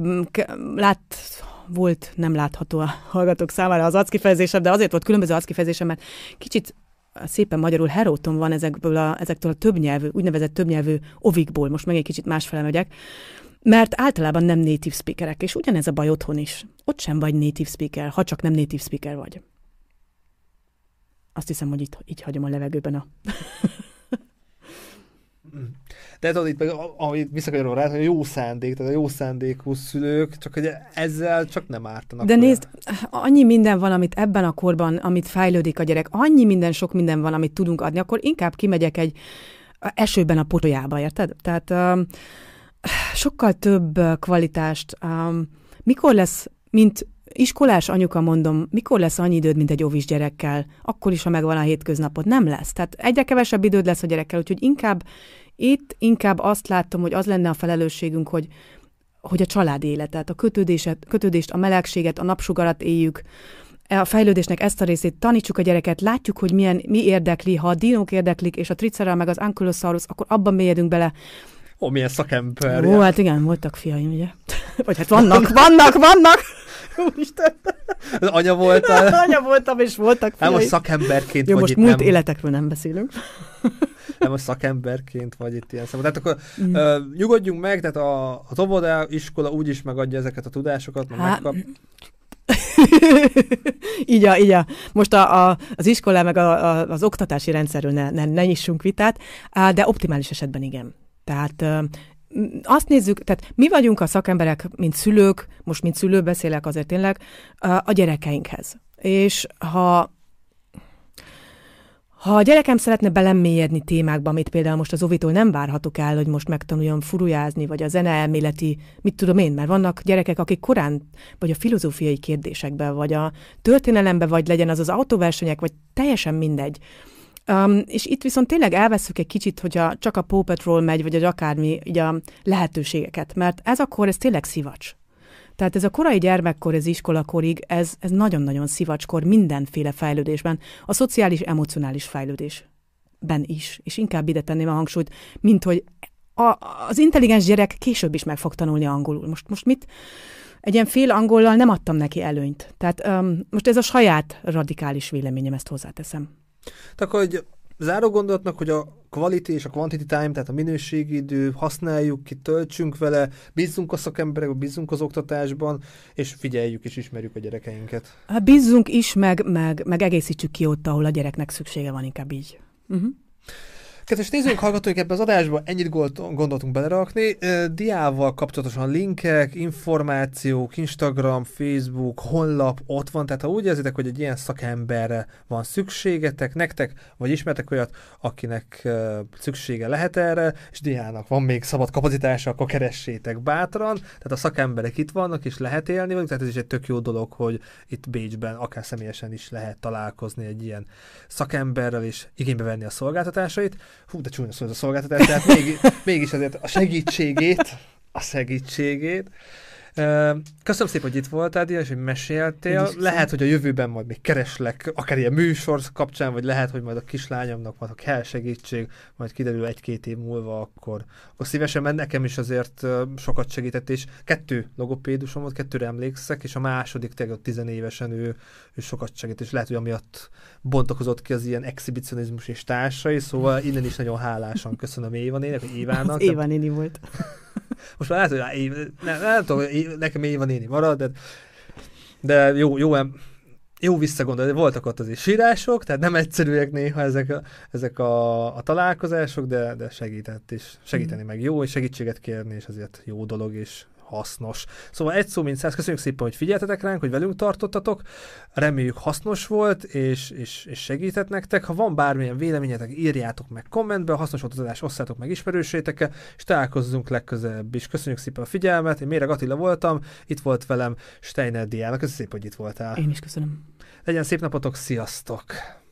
volt nem látható a hallgatók számára az arckifejezésem, de azért volt különböző arckifejezésem, mert kicsit szépen magyarul heróton van ezektől a többnyelvű, úgynevezett többnyelvű ovikból, most meg egy kicsit másfele megyek, mert általában nem native speakerek, és ugyanez a baj otthon is. Ott sem vagy native speaker, ha csak nem native speaker vagy. Azt hiszem, hogy így hagyom a levegőben a... De tudod, itt meg, amit visszakanyarodom rá, hogy a jó szándék, tehát a jó szándékú szülők, csak hogy ezzel csak nem ártanak. De nézd, annyi minden van, amit ebben a korban, amit fejlődik a gyerek, sok minden van, amit tudunk adni, akkor inkább kimegyek egy esőben a potolyába, érted? Tehát sokkal több kvalitást. Mikor lesz, mint iskolás anyuka mondom, mikor lesz annyi időd, mint egy óvis gyerekkel? Akkor is, ha megvan a hétköznapod. Nem lesz. Tehát egyre kevesebb időd lesz a gyerekkel, úgyhogy inkább azt látom, hogy az lenne a felelősségünk, hogy a családi életet, a kötődést, a melegséget, a napsugarat éljük, a fejlődésnek ezt a részét tanítsuk a gyereket, látjuk, hogy mi érdekli, ha a dinók érdeklik, és a triceratops meg az ankylosaurus, akkor abban mélyedünk bele. Ó, milyen szakember. Ó, hát igen, voltak fiaim, ugye? Vagy hát vannak! Úristen! Az anya voltál? Anya voltam, és voltak fiaim. Nem, most szakemberként jó, vagy most itt múlt nem. életekről nem beszélünk. Nem, most szakemberként vagy itt ilyen szemben. Tehát akkor nyugodjunk meg, tehát az óvoda, iskola úgyis megadja ezeket a tudásokat, megkap. Így. Most az iskola meg az oktatási rendszerről ne nyissunk vitát, de optimális esetben igen. Tehát azt nézzük, tehát mi vagyunk a szakemberek, mint szülők, most mint szülő beszélek azért tényleg, a gyerekeinkhez. És ha a gyerekem szeretne belemélyedni témákba, amit például most az óvitól nem várhatok el, hogy most megtanuljon furujázni, vagy a zeneelméleti, mit tudom én, mert vannak gyerekek, akik korán, vagy a filozófiai kérdésekben, vagy a történelemben, vagy legyen az autóversenyek, vagy teljesen mindegy. És itt viszont tényleg elveszük egy kicsit, hogyha csak a Paw Patrol megy, vagy akármi, így a lehetőségeket, mert ez tényleg szivacs. Tehát ez a korai gyermekkor, ez iskolakorig, ez nagyon-nagyon szivacskor mindenféle fejlődésben, a szociális, emocionális fejlődésben is. És inkább ide tenném a hangsúlyt, mint hogy az intelligens gyerek később is meg fog tanulni angolul. Most mit? Egy ilyen fél angollal nem adtam neki előnyt. Tehát most ez a saját radikális véleményem, ezt hozzáteszem. Tehát akkor záró gondolatnak, hogy a quality és a quantity time, tehát a minőségi idő, használjuk ki, töltsünk vele, bízzunk a szakemberekben, bízzunk az oktatásban, és figyeljük és ismerjük a gyerekeinket. Hát bízzunk is, meg egészítsük ki ott, ahol a gyereknek szüksége van, inkább így. Kedves nézőink, hallgatóink, ebbe az adásba ennyit gondoltunk belerakni. Diával kapcsolatosan linkek, információk, Instagram, Facebook, honlap ott van, tehát ha úgy érzitek, hogy egy ilyen szakemberre van szükségetek, nektek, vagy ismertek olyat, akinek szüksége lehet erre, és Diának van még szabad kapacitása, akkor keressétek bátran, tehát a szakemberek itt vannak, és lehet élni velük, tehát ez is egy tök jó dolog, hogy itt Bécsben akár személyesen is lehet találkozni egy ilyen szakemberrel, és igénybe venni a szolgáltatásait. Hú, de csúnya szó ez a szolgáltatás, tehát mégis azért a segítségét. Köszönöm szépen, hogy itt voltál, Dia, és hogy meséltél. Lehet, hogy a jövőben majd még kereslek, akár ilyen műsor kapcsán, vagy lehet, hogy majd a kislányomnak majd, ha kell segítség, majd kiderül 1-2 év múlva, akkor szívesen, mert nekem is azért sokat segített, és 2 logopédusom volt, 2-re emlékszek, és a második tényleg 10 évesen ő sokat segít, és lehet, hogy amiatt bontakozott ki az ilyen exhibicionizmus és társai, szóval innen is nagyon hálásan köszönöm Éva nének, vagy Évának. Éva néni volt. Most már lehet, hogy nem tudom, nekem Éva néni marad, de jó visszagondolni, voltak ott azért sírások, tehát nem egyszerűek néha ezek a találkozások, de segített, és segíteni meg jó, és segítséget kérni, és azért jó dolog, és hasznos. Szóval 1 szó mint 100, köszönjük szépen, hogy figyeltetek ránk, hogy velünk tartottatok, reméljük hasznos volt, és segített nektek. Ha van bármilyen véleményetek, írjátok meg kommentbe, ha hasznos volt az adás, osszátok meg ismerőseitekkel, és találkozzunk legközelebb is. Köszönjük szépen a figyelmet, én Méreg Attila voltam, itt volt velem Steiner Diának, köszönjük szépen, hogy itt voltál. Én is köszönöm. Legyen szép napotok, sziasztok!